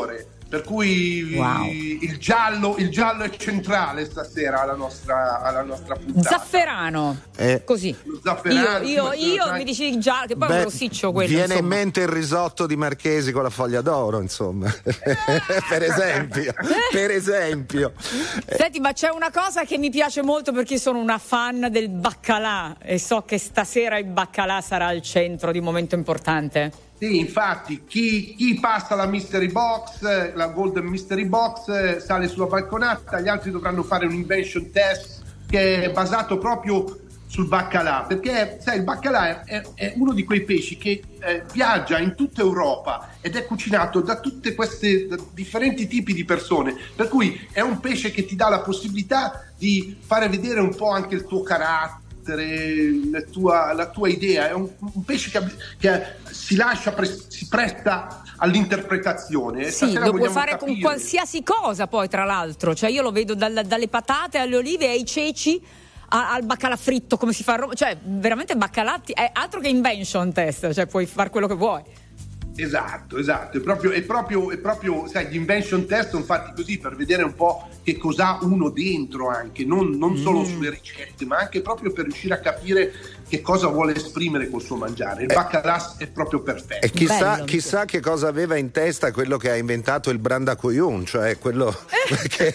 Per cui wow. il, giallo, il giallo è centrale stasera alla nostra, alla nostra puntata. Zafferano, eh. così. Zafferano, io, io, io mi dici giallo, che poi è un rossiccio quello. Viene insomma. in mente il risotto di Marchesi con la foglia d'oro, insomma. per esempio. per esempio. Senti, ma c'è una cosa che mi piace molto perché sono una fan del baccalà e so che stasera il baccalà sarà al centro di un momento importante. Sì, infatti, chi, chi passa la mystery box, la golden mystery box, sale sulla balconata, gli altri dovranno fare un invention test che è basato proprio sul baccalà, perché sai, il baccalà è, è uno di quei pesci che eh, viaggia in tutta Europa ed è cucinato da tutte queste da differenti tipi di persone, per cui è un pesce che ti dà la possibilità di fare vedere un po' anche il tuo carattere, La tua, la tua idea. È un, un pesce che, che si lascia pre, si presta all'interpretazione. Sì, lo puoi fare capire con qualsiasi cosa, poi tra l'altro, cioè io lo vedo dal, dalle patate alle olive ai ceci a, al baccalà fritto, come si fa a Roma, cioè veramente baccalà è altro che invention test, cioè puoi fare quello che vuoi. Esatto, esatto, è proprio, è proprio, è proprio, sai, gli invention test sono fatti così per vedere un po' che cos'ha uno dentro anche, non, non mm. solo sulle ricette, ma anche proprio per riuscire a capire che cosa vuole esprimere col suo mangiare. Il baccalà è proprio perfetto. E chissà, Bello, chissà che cosa aveva in testa quello che ha inventato il brandacoyun, cioè quello che,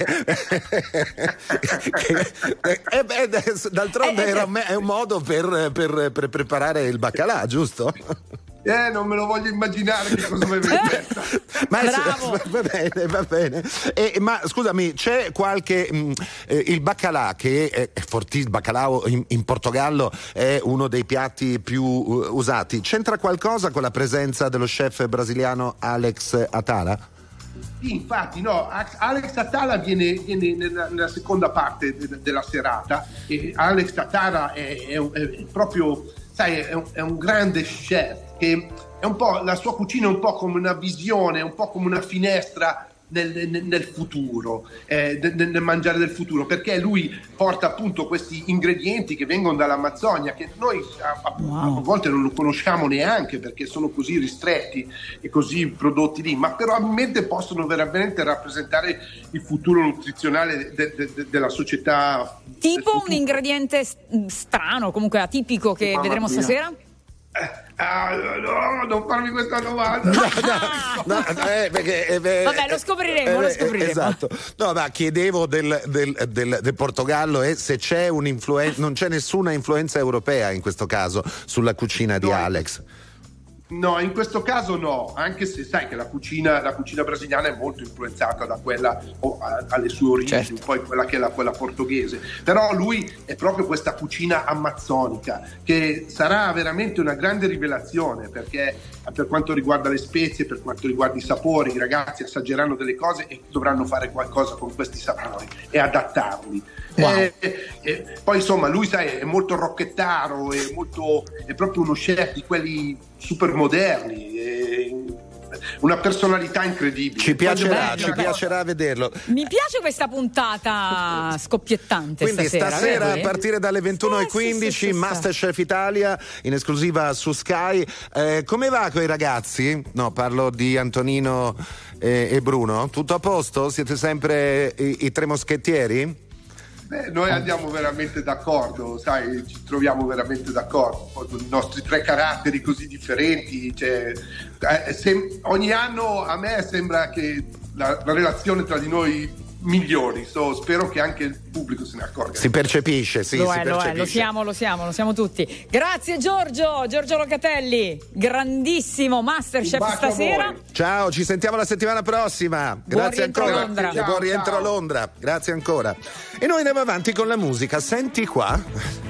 che eh, beh, d'altronde era, è un modo per, per, per preparare il baccalà, giusto? Eh, non me lo voglio immaginare che cosa mi aveva in testa. Ma va bene, va bene. E, ma scusami, c'è qualche mh, eh, il baccalà che è, è fortissimo, il baccalà in, in Portogallo è uno dei piatti più uh, usati. C'entra qualcosa con la presenza dello chef brasiliano Alex Atala? Sì, infatti, no, Alex Atala viene, viene nella, nella seconda parte de, della serata e Alex Atala è, è, è proprio, sai, è un, è un grande chef che è un po', la sua cucina è un po' come una visione, un po' come una finestra nel, nel, nel futuro, eh, nel, nel mangiare del futuro, perché lui porta appunto questi ingredienti che vengono dall'Amazzonia, che noi a, a, wow. a volte non lo conosciamo neanche perché sono così ristretti e così prodotti lì, ma probabilmente possono veramente rappresentare il futuro nutrizionale de, de, de, della società. Tipo un ingrediente strano, comunque atipico, che Mamma vedremo mia. stasera? Eh, ah, no, non farmi questa domanda. No, no, no, eh, perché, eh, beh, Vabbè, lo scopriremo, eh, lo scopriremo. Esatto. No, ma chiedevo del, del, del, del Portogallo e se c'è un'influenza, non c'è nessuna influenza europea in questo caso sulla cucina di no, Alex. No, in questo caso no, anche se sai che la cucina, la cucina brasiliana è molto influenzata da quella, o a, alle sue origini, certo. poi quella che è la, quella portoghese. Però lui è proprio questa cucina amazzonica, che sarà veramente una grande rivelazione, perché per quanto riguarda le spezie, per quanto riguarda i sapori, i ragazzi assaggeranno delle cose e dovranno fare qualcosa con questi sapori e adattarli. Wow. E, e, poi insomma lui sai è molto rocchettaro, è, molto, è proprio uno chef di quelli super moderni, è una personalità incredibile. Ci piacerà, ci piacerà vederlo. Mi piace questa puntata scoppiettante. Quindi stasera, stasera vero? a partire dalle ventuno e quindici sì, sì, sì, Masterchef Italia in esclusiva su Sky. Eh, come va con i ragazzi? No, parlo di Antonino e, e Bruno. Tutto a posto? Siete sempre i, i tre moschettieri? Beh, noi andiamo veramente d'accordo, sai, ci troviamo veramente d'accordo poi con i nostri tre caratteri così differenti, cioè, eh, se, ogni anno a me sembra che la, la relazione tra di noi migliori, so, spero che anche il pubblico se ne accorga. Si percepisce, sì, lo si è, percepisce. Lo è, lo siamo, lo siamo, lo siamo tutti. Grazie Giorgio, Giorgio Locatelli, grandissimo Masterchef stasera. Ciao, ci sentiamo la settimana prossima. Buon Grazie ancora. Londra. Ciao, buon rientro ciao. a Londra. Grazie ancora. E noi andiamo avanti con la musica. Senti qua.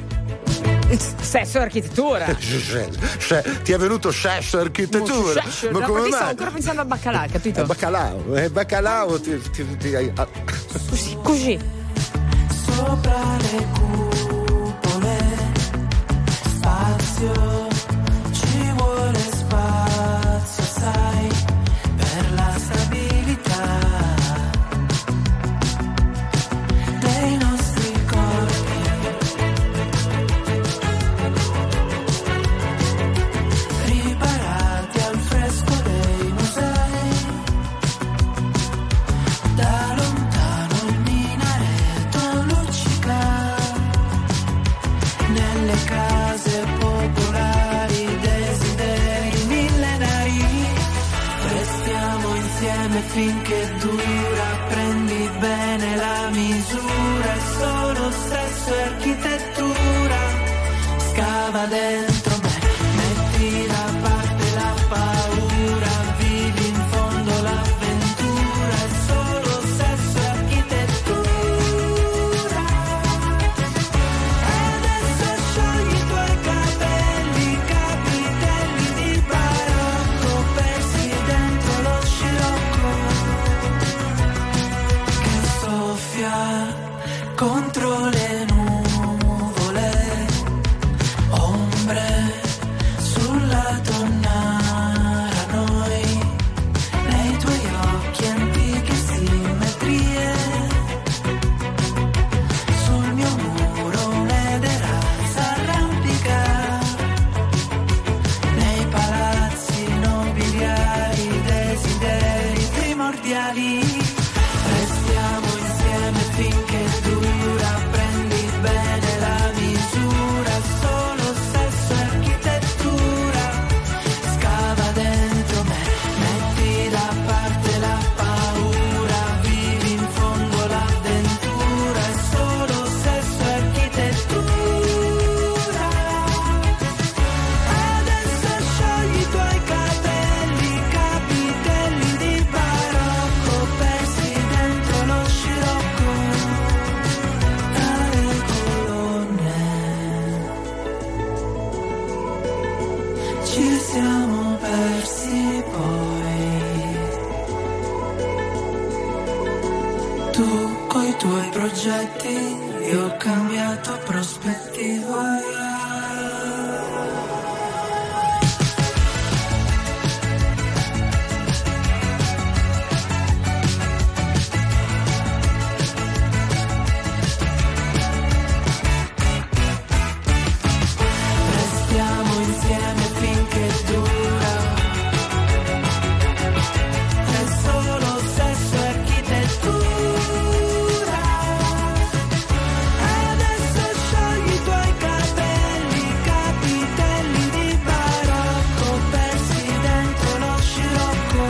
Sesso e architettura. Ti è venuto sesso e architettura? Ma no, come mai? Stavo ancora pensando al baccalà, capito? Il baccalà, il baccalà ti, ti, ti, ti... Così, così. Sopra le cupole, spazio, ci vuole spazio, sai, per la stabilità dei nostri corpi. Riparati al fresco dei musei, finché dura, prendi bene la misura, è solo sesso e architettura, scava dentro me, metti da parte la paura, vivi in fondo l'avventura, è solo sesso e architettura. Adesso sciogli i tuoi capelli, capitelli di barocco, persi dentro lo scirocco che soffia contro le nuvole, ombre sulla tonnara, noi nei tuoi occhi antiche simmetrie, sul mio muro un'edera s'arrampica, nei palazzi nobiliari desideri primordiali, restiamo insieme finché dura, prendi bene la misura, solo sesso e architettura, scava dentro me, metti da parte la paura, vivi in fondo l'avventura, è solo sesso e architettura. Adesso sciogli i tuoi capelli, capitelli di barocco, persi dentro lo scirocco tra le colonne. Ci siamo persi poi, tu coi tuoi progetti, io ho cambiato prospettiva. Restiamo insieme finché dura, è solo sesso e architettura. Adesso sciogli i tuoi capelli, capitelli di barocco, persi dentro lo scirocco.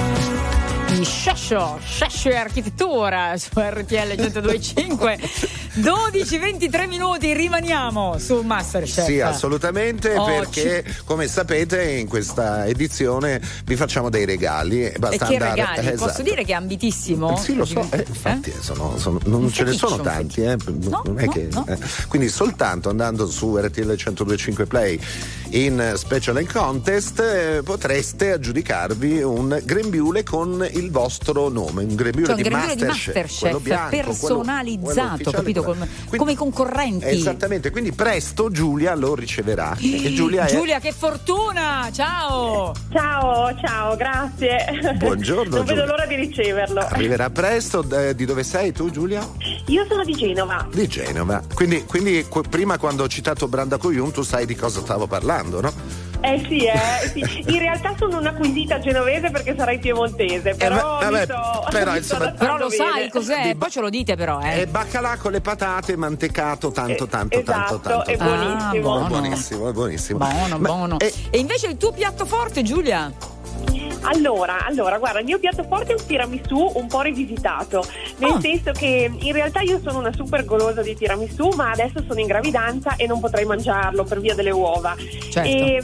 Di Shasho, Shasho e architettura su R T L centodue e cinque. dodici ventitré minuti, rimaniamo su Masterchef. Sì, assolutamente, Oh, perché ci- come sapete in questa edizione vi facciamo dei regali. E Basta che andare. regali? Esatto. Posso dire che è ambitissimo? Sì, lo so, eh, infatti sono- sono- non Un ce ne sono feticcio, un tanti, eh. Non è no, che- no. eh. Quindi soltanto andando su R T L centodue e cinque Play in Special and Contest eh, potreste aggiudicarvi un grembiule con il vostro nome, un grembiule, Cioè un di, grembiule di Masterchef, Masterchef quello bianco, quello- personalizzato, quello ufficiale, capito? quello- Come, come i concorrenti. Esattamente, quindi presto Giulia lo riceverà. E Giulia, Giulia, che fortuna! Ciao! Ciao, ciao, grazie. Buongiorno, Non vedo Giulia. l'ora di riceverlo. arriverà presto. Eh, di dove sei tu, Giulia? Io sono di Genova. Di Genova. Quindi, quindi qu- prima quando ho citato Branda Coyun tu sai di cosa stavo parlando, no? Eh sì, eh, sì. In realtà sono un'acquisita genovese perché sarei piemontese, però Eh, vabbè, mi sto, però, mi insomma- sto Però lo adattando sai bene. cos'è? Poi ce lo dite però, eh. E baccalà con le patate, mantecato tanto, tanto, esatto, tanto, tanto. è tanto. buonissimo. Ah, buono. È buonissimo, è buonissimo. Buono, Ma- buono. e- E invece il tuo piatto forte, Giulia? Allora, allora, guarda, il mio piatto forte è un tiramisù un po' rivisitato, nel Ah. senso che in realtà io sono una super golosa di tiramisù, ma adesso sono in gravidanza e non potrei mangiarlo per via delle uova. Certo. E,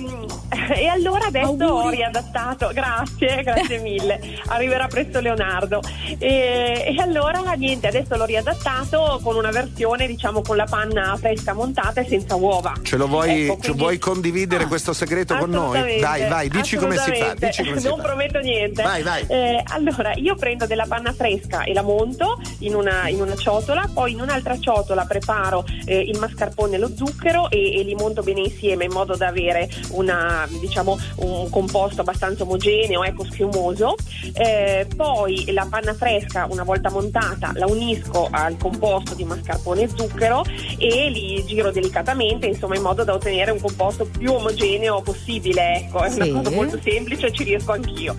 e allora adesso Auguri. ho riadattato, grazie, grazie mille, arriverà presto Leonardo. E, e allora niente, adesso l'ho riadattato con una versione, diciamo, con la panna fresca montata e senza uova. Ce lo vuoi, Ecco, ce quindi- vuoi condividere questo segreto con noi? Assolutamente, Dai, vai, dici come si fa. assolutamente. Dici come si non fa. prometto niente. Vai, vai. Eh, allora, io prendo della panna fresca e la monto in una, in una ciotola, poi in un'altra ciotola preparo eh, il mascarpone e lo zucchero e, e li monto bene insieme in modo da avere una, diciamo, un composto abbastanza omogeneo, ecco, schiumoso. Eh, poi la panna fresca, una volta montata, la unisco al composto di mascarpone e zucchero e li giro delicatamente, insomma, in modo da ottenere un composto più omogeneo possibile, ecco, è Sì. una cosa molto semplice, ci riesco anch'io.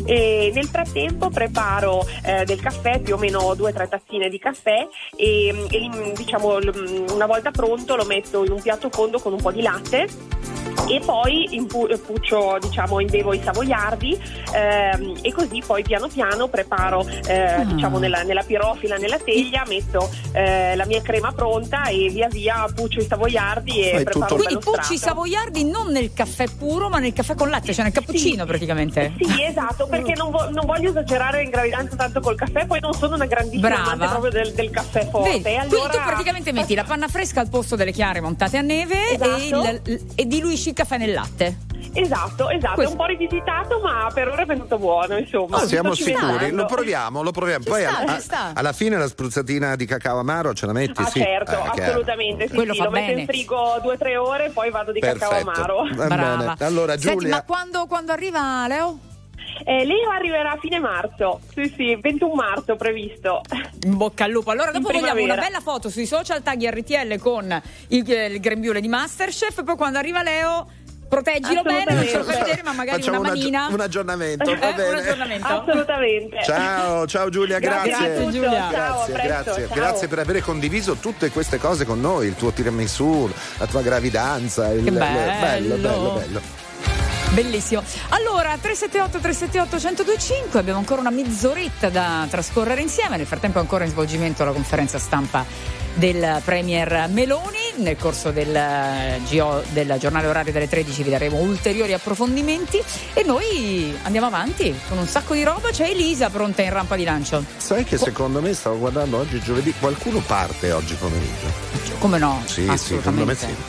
E nel frattempo preparo eh, del caffè, più o meno due o tre tazzine di caffè e, e diciamo l- una volta pronto lo metto in un piatto fondo con un po' di latte e poi impu- puccio, diciamo, imbevo i savoiardi ehm, e così poi piano piano preparo eh, Mm. diciamo nella, nella pirofila, nella teglia, metto eh, la mia crema pronta e via via puccio i savoiardi e Fai preparo tutto- un Quindi bello pucci i strato. savoiardi non nel caffè puro, ma nel caffè con latte, cioè nel cappuccino praticamente. Sì, esatto, perché non, vo- non voglio esagerare in gravidanza tanto col caffè, poi non sono una grandissima Brava. amante proprio del, del caffè forte. Vedi, e quindi allora tu praticamente metti la panna fresca al posto delle chiare montate a neve Esatto. e, il- e diluisci il caffè nel latte. Esatto, esatto, Questo. è un po' rivisitato, ma per ora è venuto buono, insomma. Ah, siamo Sto sicuri, cimentando. lo proviamo, lo proviamo. Ci Poi sta, a- ci sta. alla fine la spruzzatina di cacao amaro ce la metti? Ah, sì. certo, Eh, chiaro. assolutamente. Sì, Quello sì, fa lo metto bene. in frigo due o tre ore, poi vado di cacao Perfetto. amaro. Va Brava. bene. Allora, Senti, Giulia. ma quando, quando arriva Leo? Eh, Leo arriverà a fine marzo, sì sì, ventuno marzo previsto. In bocca al lupo. Allora, In dopo vogliamo primavera. una bella foto sui social, tagli R T L con il, il grembiule di Masterchef. Poi quando arriva Leo, proteggilo bene, non ce lo fai vedere, ma magari Facciamo una un aggi- manina. un aggiornamento, va Eh, bene. un aggiornamento. Assolutamente. Ciao, ciao Giulia, Grazie grazie. a tutti, Giulia. ciao, a Grazie, presto, grazie, ciao. grazie per aver condiviso tutte queste cose con noi, il tuo tiramisù, la tua gravidanza, il Che le- bello. bello, bello, bello. Bellissimo. Allora, tre sette otto tre sette otto uno zero due cinque, abbiamo ancora una mezz'oretta da trascorrere insieme. Nel frattempo è ancora in svolgimento la conferenza stampa del Premier Meloni. Nel corso del, G O, del giornale orario delle tredici vi daremo ulteriori approfondimenti e noi andiamo avanti con un sacco di roba. C'è Elisa pronta in rampa di lancio. Sai che secondo me, stavo guardando oggi giovedì, qualcuno parte oggi pomeriggio. Come no? Sì, sì, secondo me sì.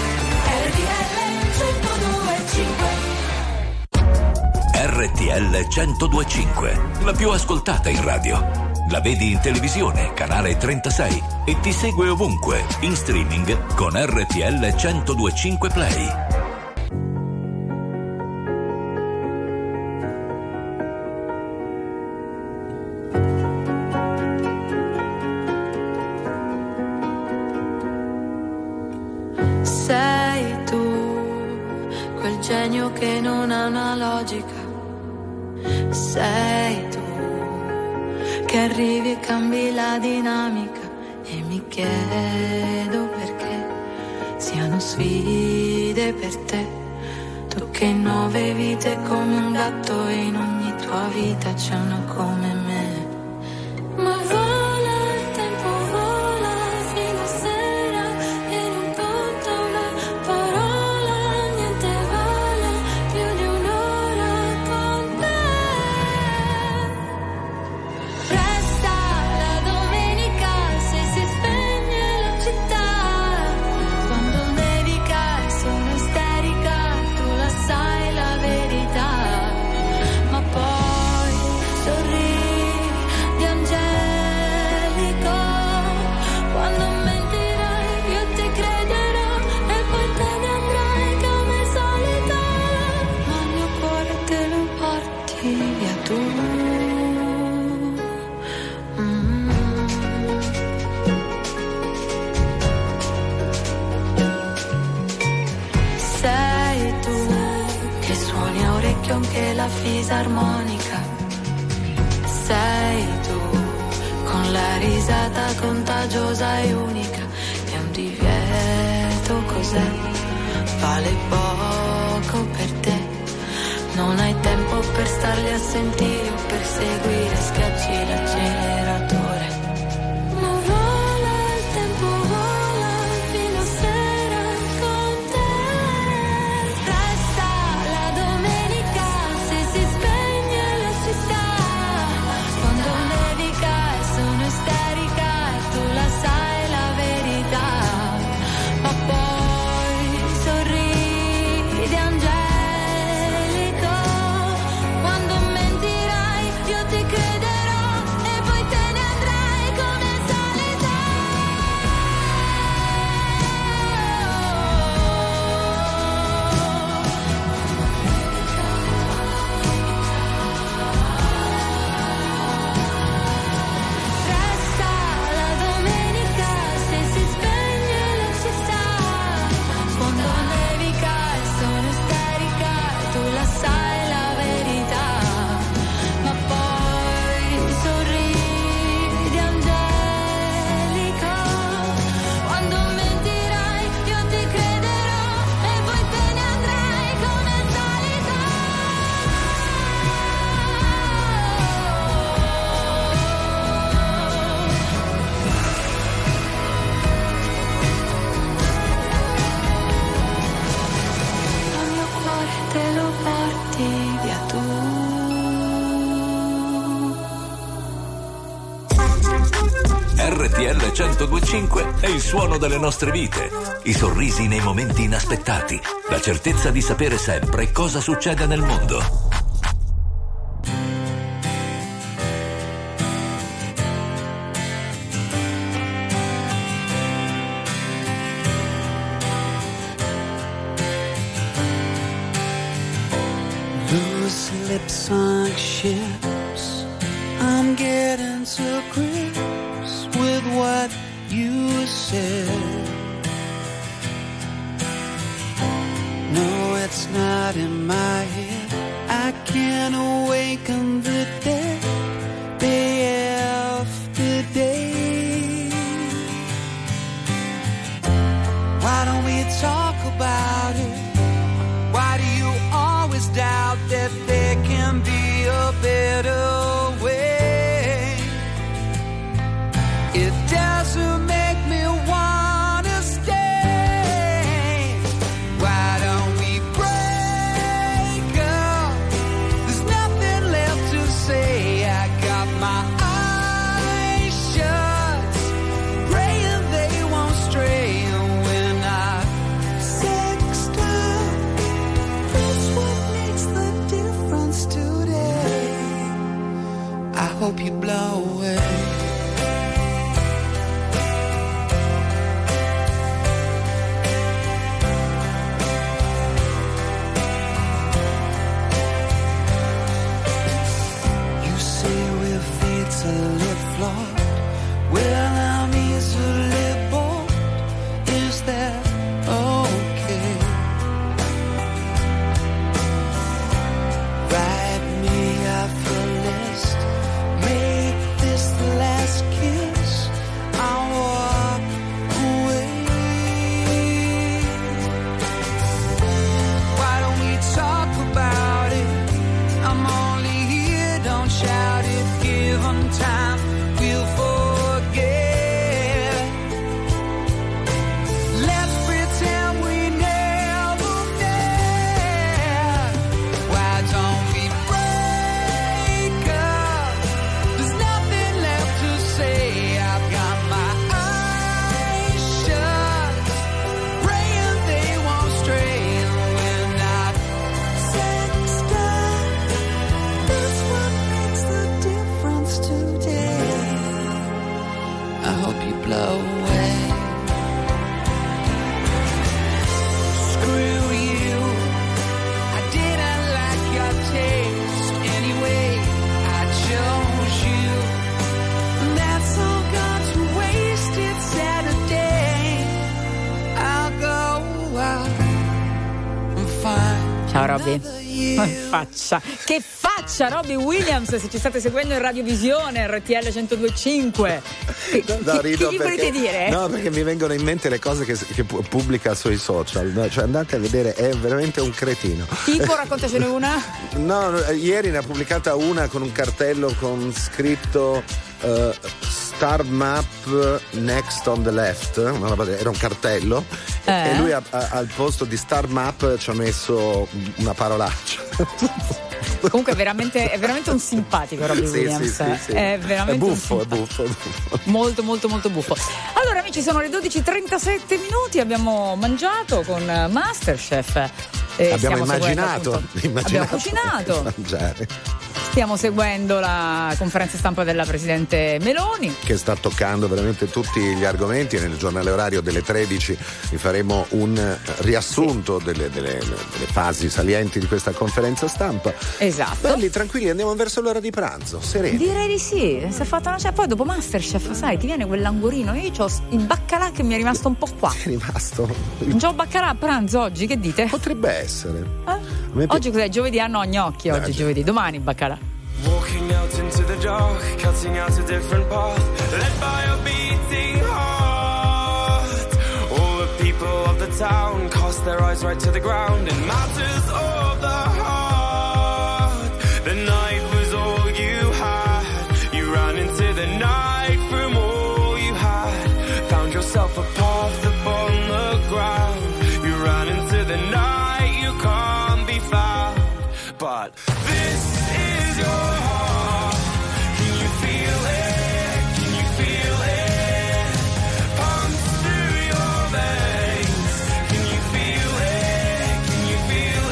R T L centodue e cinque, la più ascoltata in radio. La vedi in televisione, canale trentasei e ti segue ovunque, in streaming con R T L centodue e cinque Play. Sei tu, quel genio che non ha una logica. Sei tu, che arrivi e cambi la dinamica. E mi chiedo perché siano sfide per te. Tu che in nove vite come un gatto e in ogni tua vita c'è una come me. Ma vola il tempo, vola fino a sera e non conta una parola, niente vale più di un'ora con te. Resta la domenica se si spegne la città, quando nevica e sono isterica, tu la sai la verità, ma poi sorridi angelico, quando mentirai io ti crederò e poi te ne andrai come solita, ma il mio cuore te lo porti via tu. Mm. Sei tu che suoni a orecchio anche la fisarmonica. Sei tu con la risata contagiosa e unica. È un divieto, cos'è? Vale poco per te. Non hai tempo per starli a sentire o per seguire, schiacci l'acceleratore. Ma vola il tempo, vola fino a sera con te. Resta la domenica se si spegne la città, quando nevica e sono isterica e tu la sai la verità, ma poi sorridi angelico, quando mentirai io ti crederò e poi te te lo porti via tu. R T L centodue e cinque è il suono delle nostre vite, i sorrisi nei momenti inaspettati, la certezza di sapere sempre cosa succede nel mondo. Loose lips like ships, I'm getting to grips with what you said. No, it's not in my head. I can't awaken the dead day after day. Why don't we talk about it? Why do you always doubt that there can be a better way? It doesn't make me wanna stay. Why don't we break up? There's nothing left to say. I got my eyes shut, praying they won't stray. And when I sext up, that's what makes the difference today. I hope you blow away. To live flawed, well, I'm easily bored. Is that okay? Write me off your list. Make this the last kiss. I'll walk away. Why don't we talk about it? I'm only here, don't shout it. Given time, we'll forget. Let's pretend we never met. Why don't we break up? There's nothing left to say. I've got my eyes shut, praying they won't stray. And when I sext up, that's what makes the difference today. I hope you blow away. Screw you, I didn't like your taste anyway. I chose you, and that's all gone to waste. It's Saturday, I'll go out and find. Ciao Robby. Ma faccia, che faccia Robbie Williams, se ci state seguendo in Radiovisione R T L centodue e cinque. Che, No, che- rido che gli perché- volete dire? No, perché mi vengono in mente le cose che, che pu- pubblica sui social, no? Cioè andate a vedere, è veramente un cretino. Tipo, raccontacene una. No, no, ieri ne ha pubblicata una con un cartello con scritto eh, Star Map Next on the Left, una roba de- era un cartello Eh. e lui a- a- al posto di Star Map ci ha messo una parolaccia. Comunque è veramente, è veramente un simpatico Robbie Sì, Williams. sì, sì, sì. È veramente È un buffo, è simpatico. buffo, è buffo. Molto molto molto buffo. Allora amici, sono le dodici e trentasette minuti, abbiamo mangiato con Masterchef. Eh, Abbiamo stiamo seguendo, immaginato, appunto, immaginato abbiamo cucinato. mangiare. Stiamo seguendo la conferenza stampa della Presidente Meloni. Che sta toccando veramente tutti gli argomenti e nel giornale orario delle tredici vi faremo un riassunto delle, delle- delle fasi salienti di questa conferenza stampa. Esatto. Belli, tranquilli, andiamo verso l'ora di pranzo, sereni. Direi di sì, si è fatta una cioè, poi dopo Masterchef, sai, ti viene quell'angorino. Io ho il baccalà che mi è rimasto un po' qua. È rimasto. Non c'ho baccalà a pranzo oggi, che dite? Potrebbe essere. Eh? me pi- Oggi cos'è? Giovedì? Ah no, gnocchi oggi, Eh, giovedì. Domani baccalà. Walking out into the dark, cutting out a different path, led by a beating heart. All the people of the town cast their eyes right to the ground in matters of the heart. The night was all you had. You ran into the night from all you had. Found yourself a path upon the ground. You ran into the night, you can't be found. but this is your heart. Can you feel it? Can you feel it? Pumps through your veins. Can you feel it? Can you feel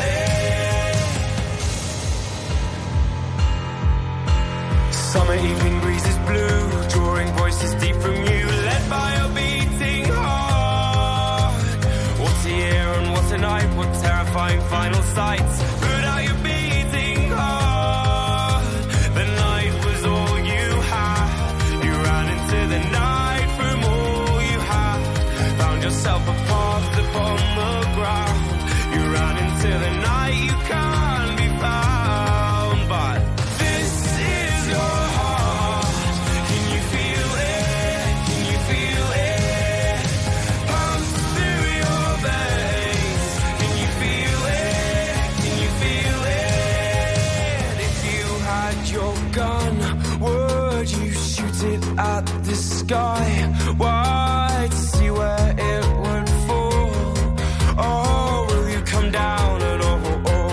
it? Summer evening breezes blue, drawing voices deep from you, led by your beating heart. What's a year and what's a night? What terrifying final sights? Put out your beating heart. The night was all you had. You ran into the night from all you had. Found yourself a path upon the ground. You ran into the night, you can't be found. But this is your heart. Can you feel it? Can you feel it? Pumps through your veins. Can you feel it? Can you feel it? If you had your gun, would you shoot it at the sky? Why? To see where it would fall? Or will you come down at all?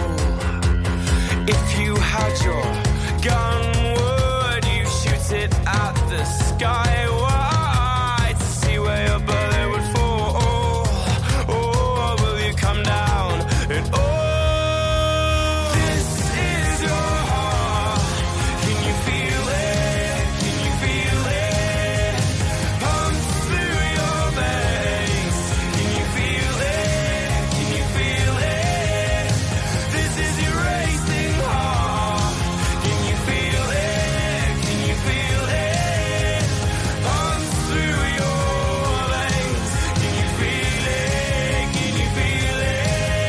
If you had your gun, would you shoot it at the sky? Why? To see where your bullet would fall? Or will you come down at all? This is your heart. Can you feel it? Can you feel it? Pumps through your veins. Can you feel it? Can you feel it? This is your racing heart. Can you feel it? Can you feel it? Pumps through your veins. Can you feel it? Can you feel it?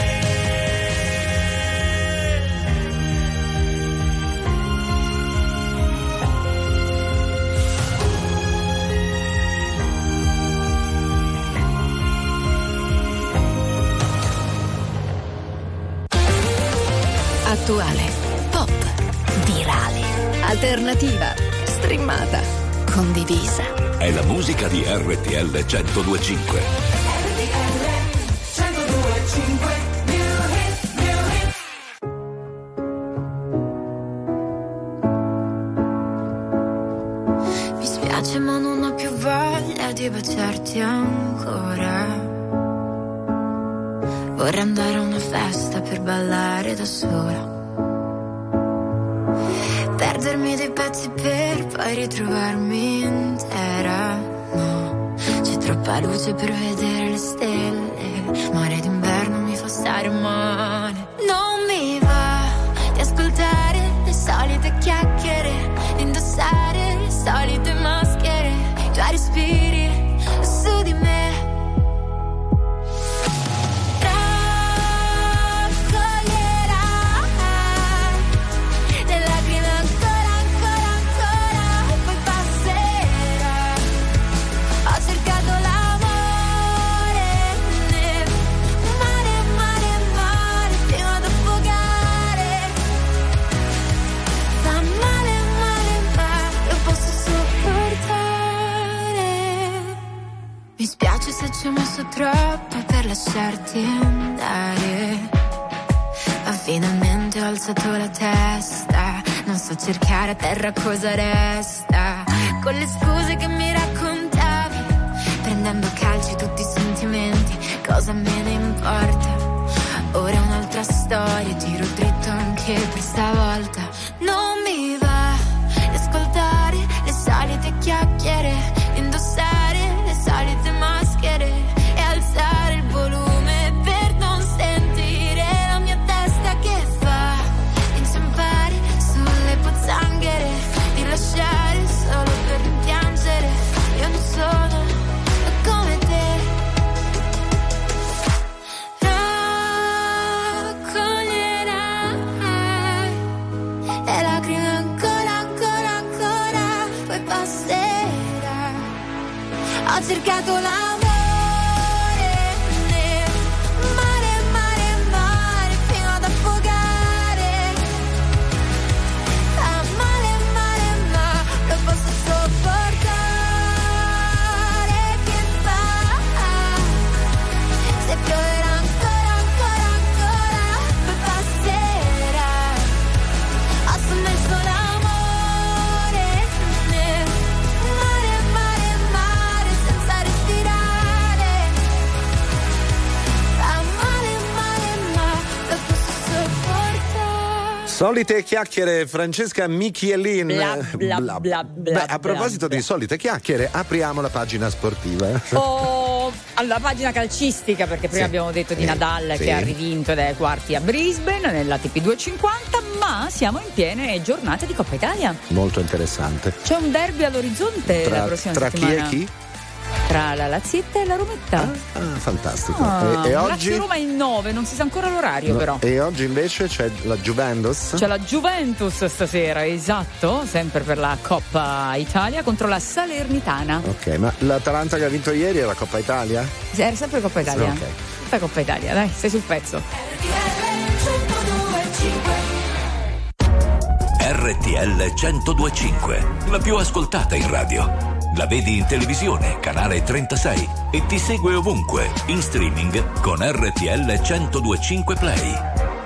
Attuale, pop, virale, alternativa, streamata, condivisa. È la musica di R T L centodue e cinque. Mi spiace ma non ho più voglia di baciarti ancora. Vorrei andare a una festa per ballare da sola. Perdermi dei pezzi per poi ritrovarmi intera. No, c'è troppa luce per vedere le stelle. Mare d'inverno mi fa stare male. Non mi va di ascoltare le solite chiacchiere, indossare le solite maschere. I tuoi respiri su di me. Se ci ho messo troppo per lasciarti andare, ma finalmente ho alzato la testa. Non so cercare a terra cosa resta. Con le scuse che mi raccontavi, prendendo a calci tutti i sentimenti, cosa me ne importa? Ora è un'altra storia, tiro dritto anche per stavolta. Non mi va di ascoltare le solite chiacchiere, indossare le solite maschere e alzare il volume per non sentire la mia testa che fa inciampare sulle pozzanghere, di lasciare solo per rimpiangere. Io non sono come te. Raccoglierai le lacrime ancora, ancora, ancora, poi passerà. Ho cercato l'amore nel mare, mare, mare, fino ad affogare. Fa male, male, ma lo posso sopportare. Che fa? Se pioverà ancora, ancora, ancora, poi passerà. Solite chiacchiere, Francesca Michielin. Bla, bla, bla, bla, Beh, a proposito bla, di solite chiacchiere, apriamo la pagina sportiva. Oh, alla pagina calcistica, perché prima Sì. abbiamo detto di Sì. Nadal Sì. che ha rivinto dai quarti a Brisbane nell'A T P duecentocinquanta, ma siamo in piene giornate di Coppa Italia. Molto interessante. C'è un derby all'orizzonte la Tra, prossima tra chi settimana. e chi? Tra la Lazietta e la Rometta. Ah, fantastico. Ah, e, e oggi? Lazio Roma in nove, non si sa ancora l'orario No, però. E oggi invece c'è la Juventus. C'è la Juventus stasera, esatto, sempre per la Coppa Italia contro la Salernitana. Ok, ma l'Atalanta che ha vinto ieri è la Coppa Italia? Era sempre Coppa Italia. Ok. Sempre Coppa Italia, dai, sei sul pezzo. R T L centodue e cinque, la più ascoltata in radio. La vedi in televisione, canale trentasei, e ti segue ovunque, in streaming con R T L centodue e cinque Play.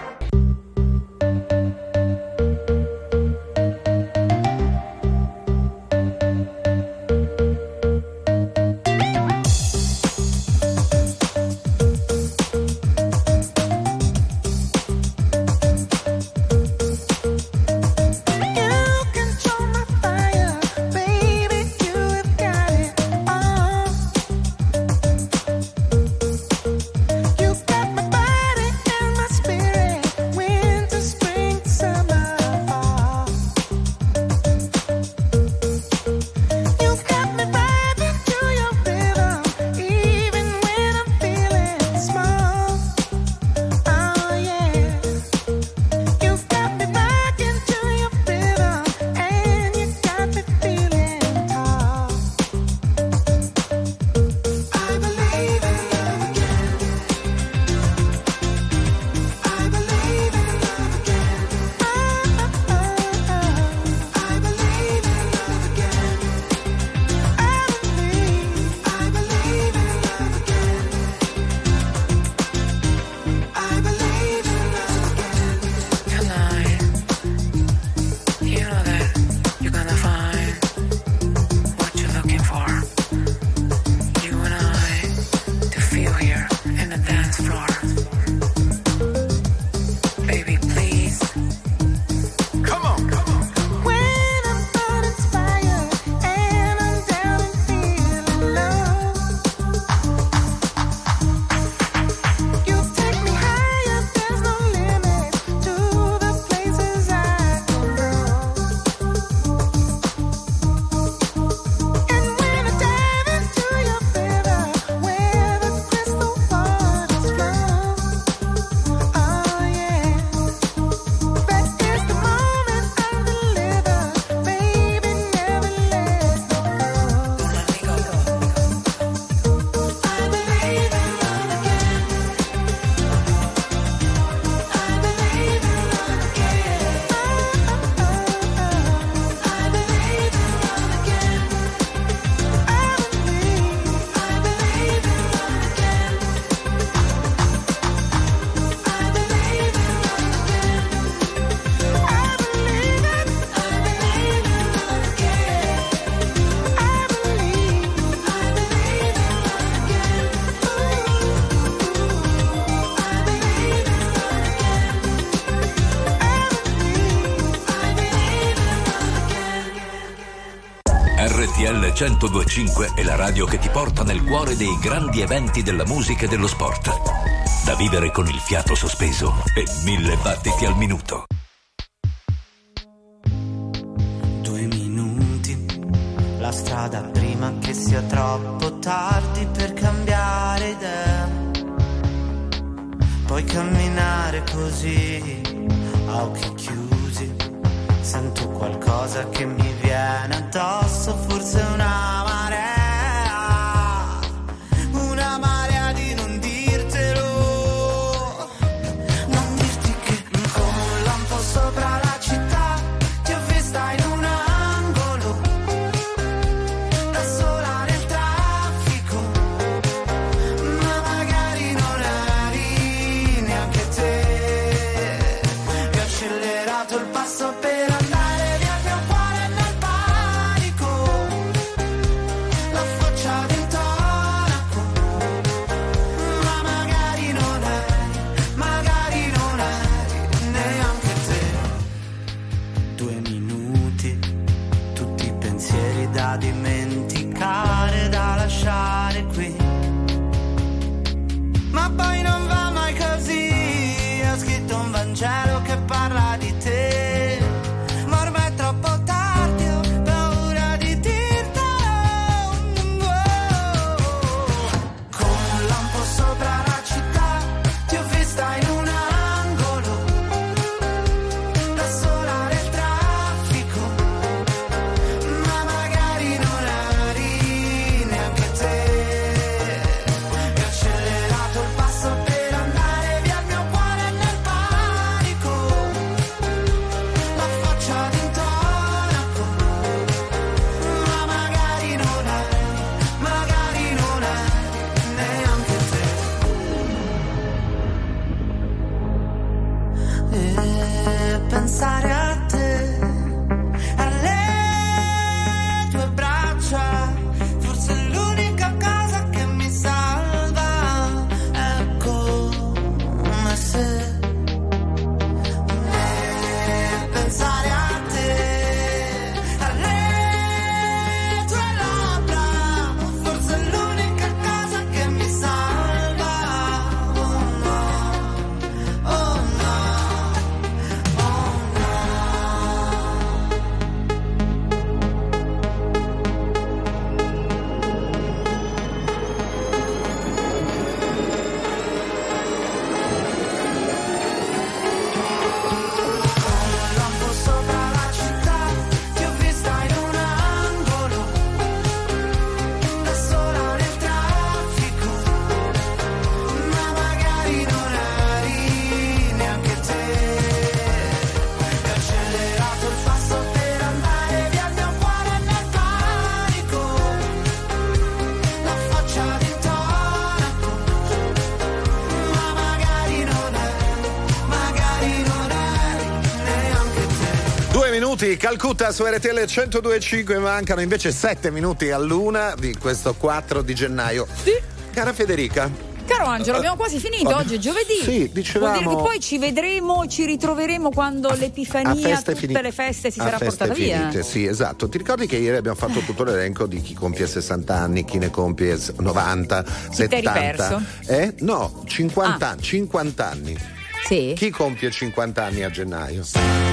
R T L centodue e cinque è la radio che ti porta nel cuore dei grandi eventi della musica e dello sport. Da vivere con il fiato sospeso e mille battiti al minuto. Due minuti, la strada prima che sia troppo tardi per cambiare idea. Puoi camminare così, a occhi chiusi. Sento qualcosa che mi viene addosso, forse una marea, una marea di non dirtelo, non dirti che come un lampo sopra la città ti ho vista in un angolo, da sola nel traffico, ma magari non eri neanche te, e ho accelerato il passo per da dimenticare, da lasciare qui. Ma poi non va mai così, ho scritto un Vangelo che parla di te, ma ormai è troppo tardi, ho paura di dirtelo. Con un lampo sopra la città, ti ho vista in un angolo, da sola nel traffico, ma magari non eri neanche te. E ho accelerato il passo per andare via, il mio cuore nel panico, la faccia d'intonaco, ma magari non eri, magari non eri neanche te. E pensare a te, alle tue braccia, forse è l'unica cosa che mi salva, è come se. E pensare a te, alle tue labbra, forse è l'unica cosa che mi salva. Oh no, oh no, oh un lampo sopra la città, ti ho vista in un angolo, da sola nel traffico, ma magari non eri neanche te. E ho accelerato il passo per andare via, il mio cuore nel panico, la faccia d'intonaco, ma magari non eri, magari non eri neanche te. Due minuti, Calcutta su R T L centodue e cinque, mancano invece sette minuti all'una di questo quattro di gennaio. Cara Federica. Caro Angelo, abbiamo quasi finito, Vabbè. oggi è giovedì. Sì, dicevamo- Vuol dire che poi ci vedremo, ci ritroveremo quando A l'Epifania, feste tutte finite. le feste si A sarà feste portata via. finite, sì, esatto. Ti ricordi che ieri abbiamo fatto tutto l'elenco di chi compie sessanta anni, chi ne compie novanta, Chi t'eri settanta? perso? Eh? No, cinquanta anni, cinquanta anni. Sì. Chi compie cinquanta anni a gennaio?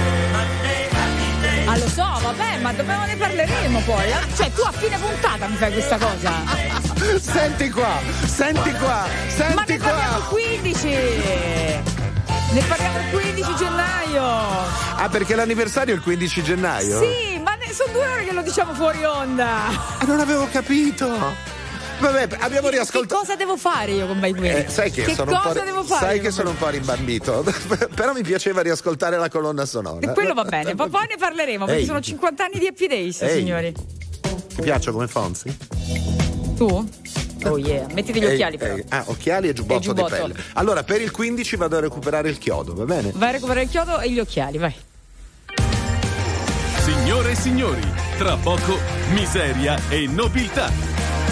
Ah, lo so, vabbè, ma dove ne parleremo poi? Eh? Cioè, tu a fine puntata mi fai questa cosa. Senti qua, senti qua, senti ma ne qua. parliamo il quindici. Ne parliamo il quindici gennaio. Ah, perché l'anniversario è il quindici gennaio? Sì, ma ne- sono due ore che lo diciamo fuori onda. Ah, non avevo capito. Vabbè, abbiamo Che riascoltato. cosa devo fare io con By Guerra? Eh, sai che, sono un cosa po', devo fare? sai io che con sono un po' rimbambito, però mi piaceva riascoltare la colonna sonora. E quello va bene, ma poi ne parleremo perché Ehi. sono cinquanta anni di Happy Days, Ehi. signori. Ti piaccio come Fonzi? Tu? Oh yeah, mettiti gli Ehi, occhiali però. ehi. Ah, occhiali e giubbotto, E giubbotto. di pelle. Allora, per il quindici vado a recuperare il chiodo, va bene? Vai a recuperare il chiodo e gli occhiali, vai. Signore e signori, tra poco miseria e nobiltà.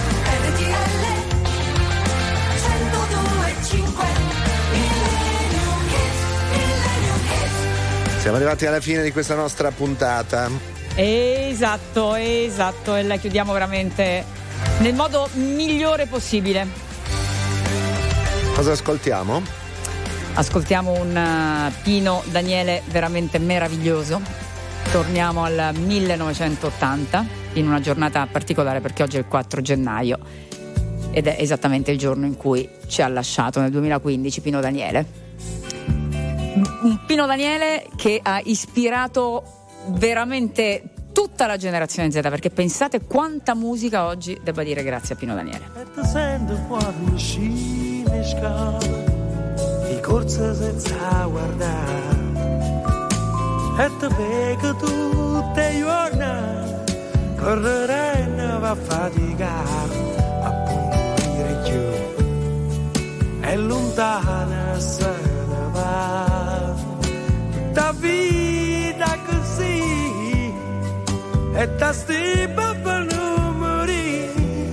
Siamo arrivati alla fine di questa nostra puntata. Esatto, esatto, e la chiudiamo veramente nel modo migliore possibile. Cosa ascoltiamo? Ascoltiamo un uh, Pino Daniele veramente meraviglioso. Torniamo al millenovecentottanta in una giornata particolare perché oggi è il quattro gennaio ed è esattamente il giorno in cui ci ha lasciato nel duemilaquindici Pino Daniele. Un Pino Daniele che ha ispirato veramente tutta la generazione Z, perché pensate quanta musica oggi debba dire grazie a Pino Daniele. E ti sento quando uscì le scale, di corsa senza guardare, e ti vedo tutte le giornate, correre e non va a faticare, a pulire giù, è lontana se ne va, tutta vita così, e ti stipa per non morire,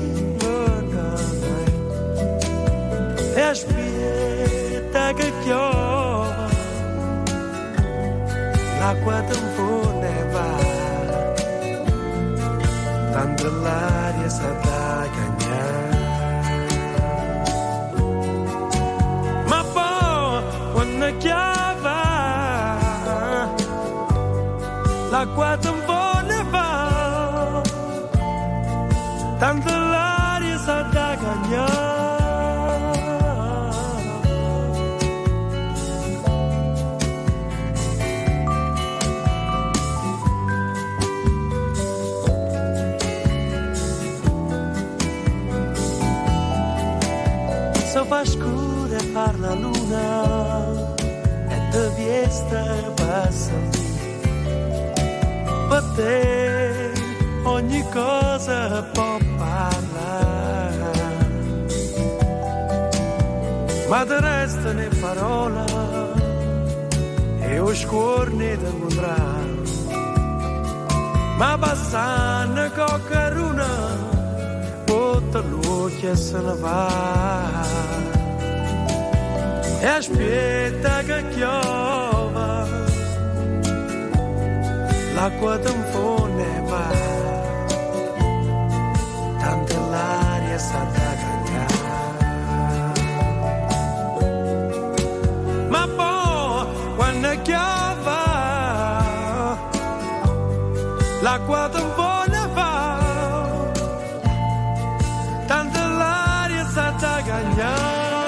e aspetta che piova, l'acqua te ne va, tanto l'aria sa da cagnare. Ma poi quando chiava l'acqua tampone fa, tanto l'aria sa da cagnare. So fa scura e far la luna e te viesta passa lì. Per te ogni cosa può parlare, ma te restano le parole e o scorni da incontrare. Ma passando coccaruna tutta l'occhio se ne va e aspetta che piova, l'acqua tampone va, tanto l'aria sa da cagnare. Ma poi quando piova l'acqua tampone va, tanto l'aria sa da cagnare.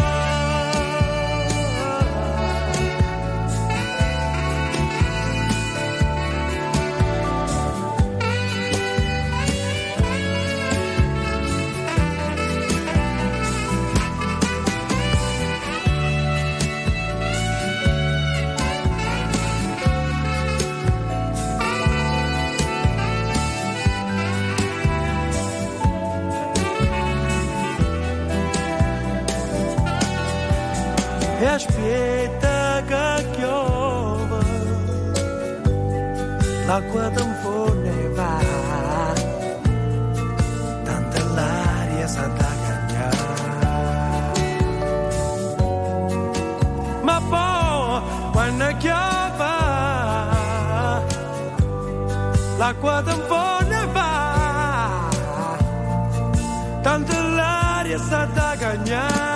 E aspetta che piova, l'acqua tampone va, tanto l'aria sa da cagnare. Ma poi quando piova l'acqua tampone va, tanto l'aria sa da cagnare.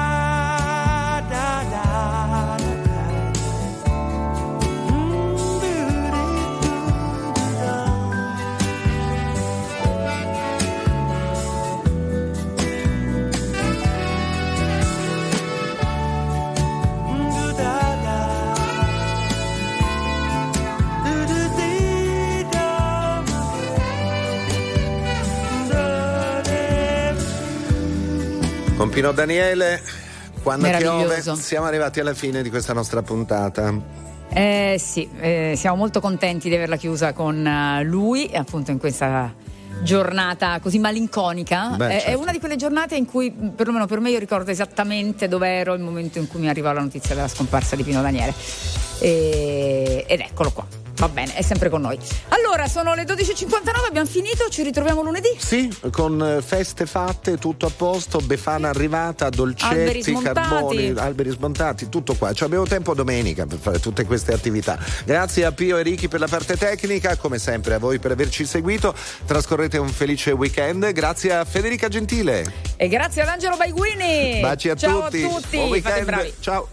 Con Pino Daniele, quando piove, siamo arrivati alla fine di questa nostra puntata. Eh sì, eh, siamo molto contenti di averla chiusa con uh, lui, appunto in questa giornata così malinconica. Beh, è, certo. è una di quelle giornate in cui, perlomeno per me, io ricordo esattamente dove ero il momento in cui mi arrivò la notizia della scomparsa di Pino Daniele. E, ed eccolo qua. Va bene, è sempre con noi. Allora, sono le dodici e cinquantanove, abbiamo finito, ci ritroviamo lunedì? Sì, con feste fatte, tutto a posto, Befana arrivata, dolcetti, carboni, alberi smontati, tutto qua. Cioè abbiamo tempo domenica per fare tutte queste attività. Grazie a Pio e Ricky per la parte tecnica, come sempre a voi per averci seguito. Trascorrete un felice weekend. Grazie a Federica Gentile. E grazie ad Angelo Baiguini. Baci a Ciao tutti. a tutti. Buon Fate weekend. bravi. Ciao.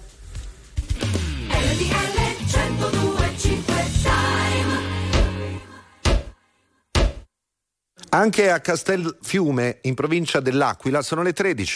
Anche a Castelfiume, in provincia dell'Aquila, sono le tredici.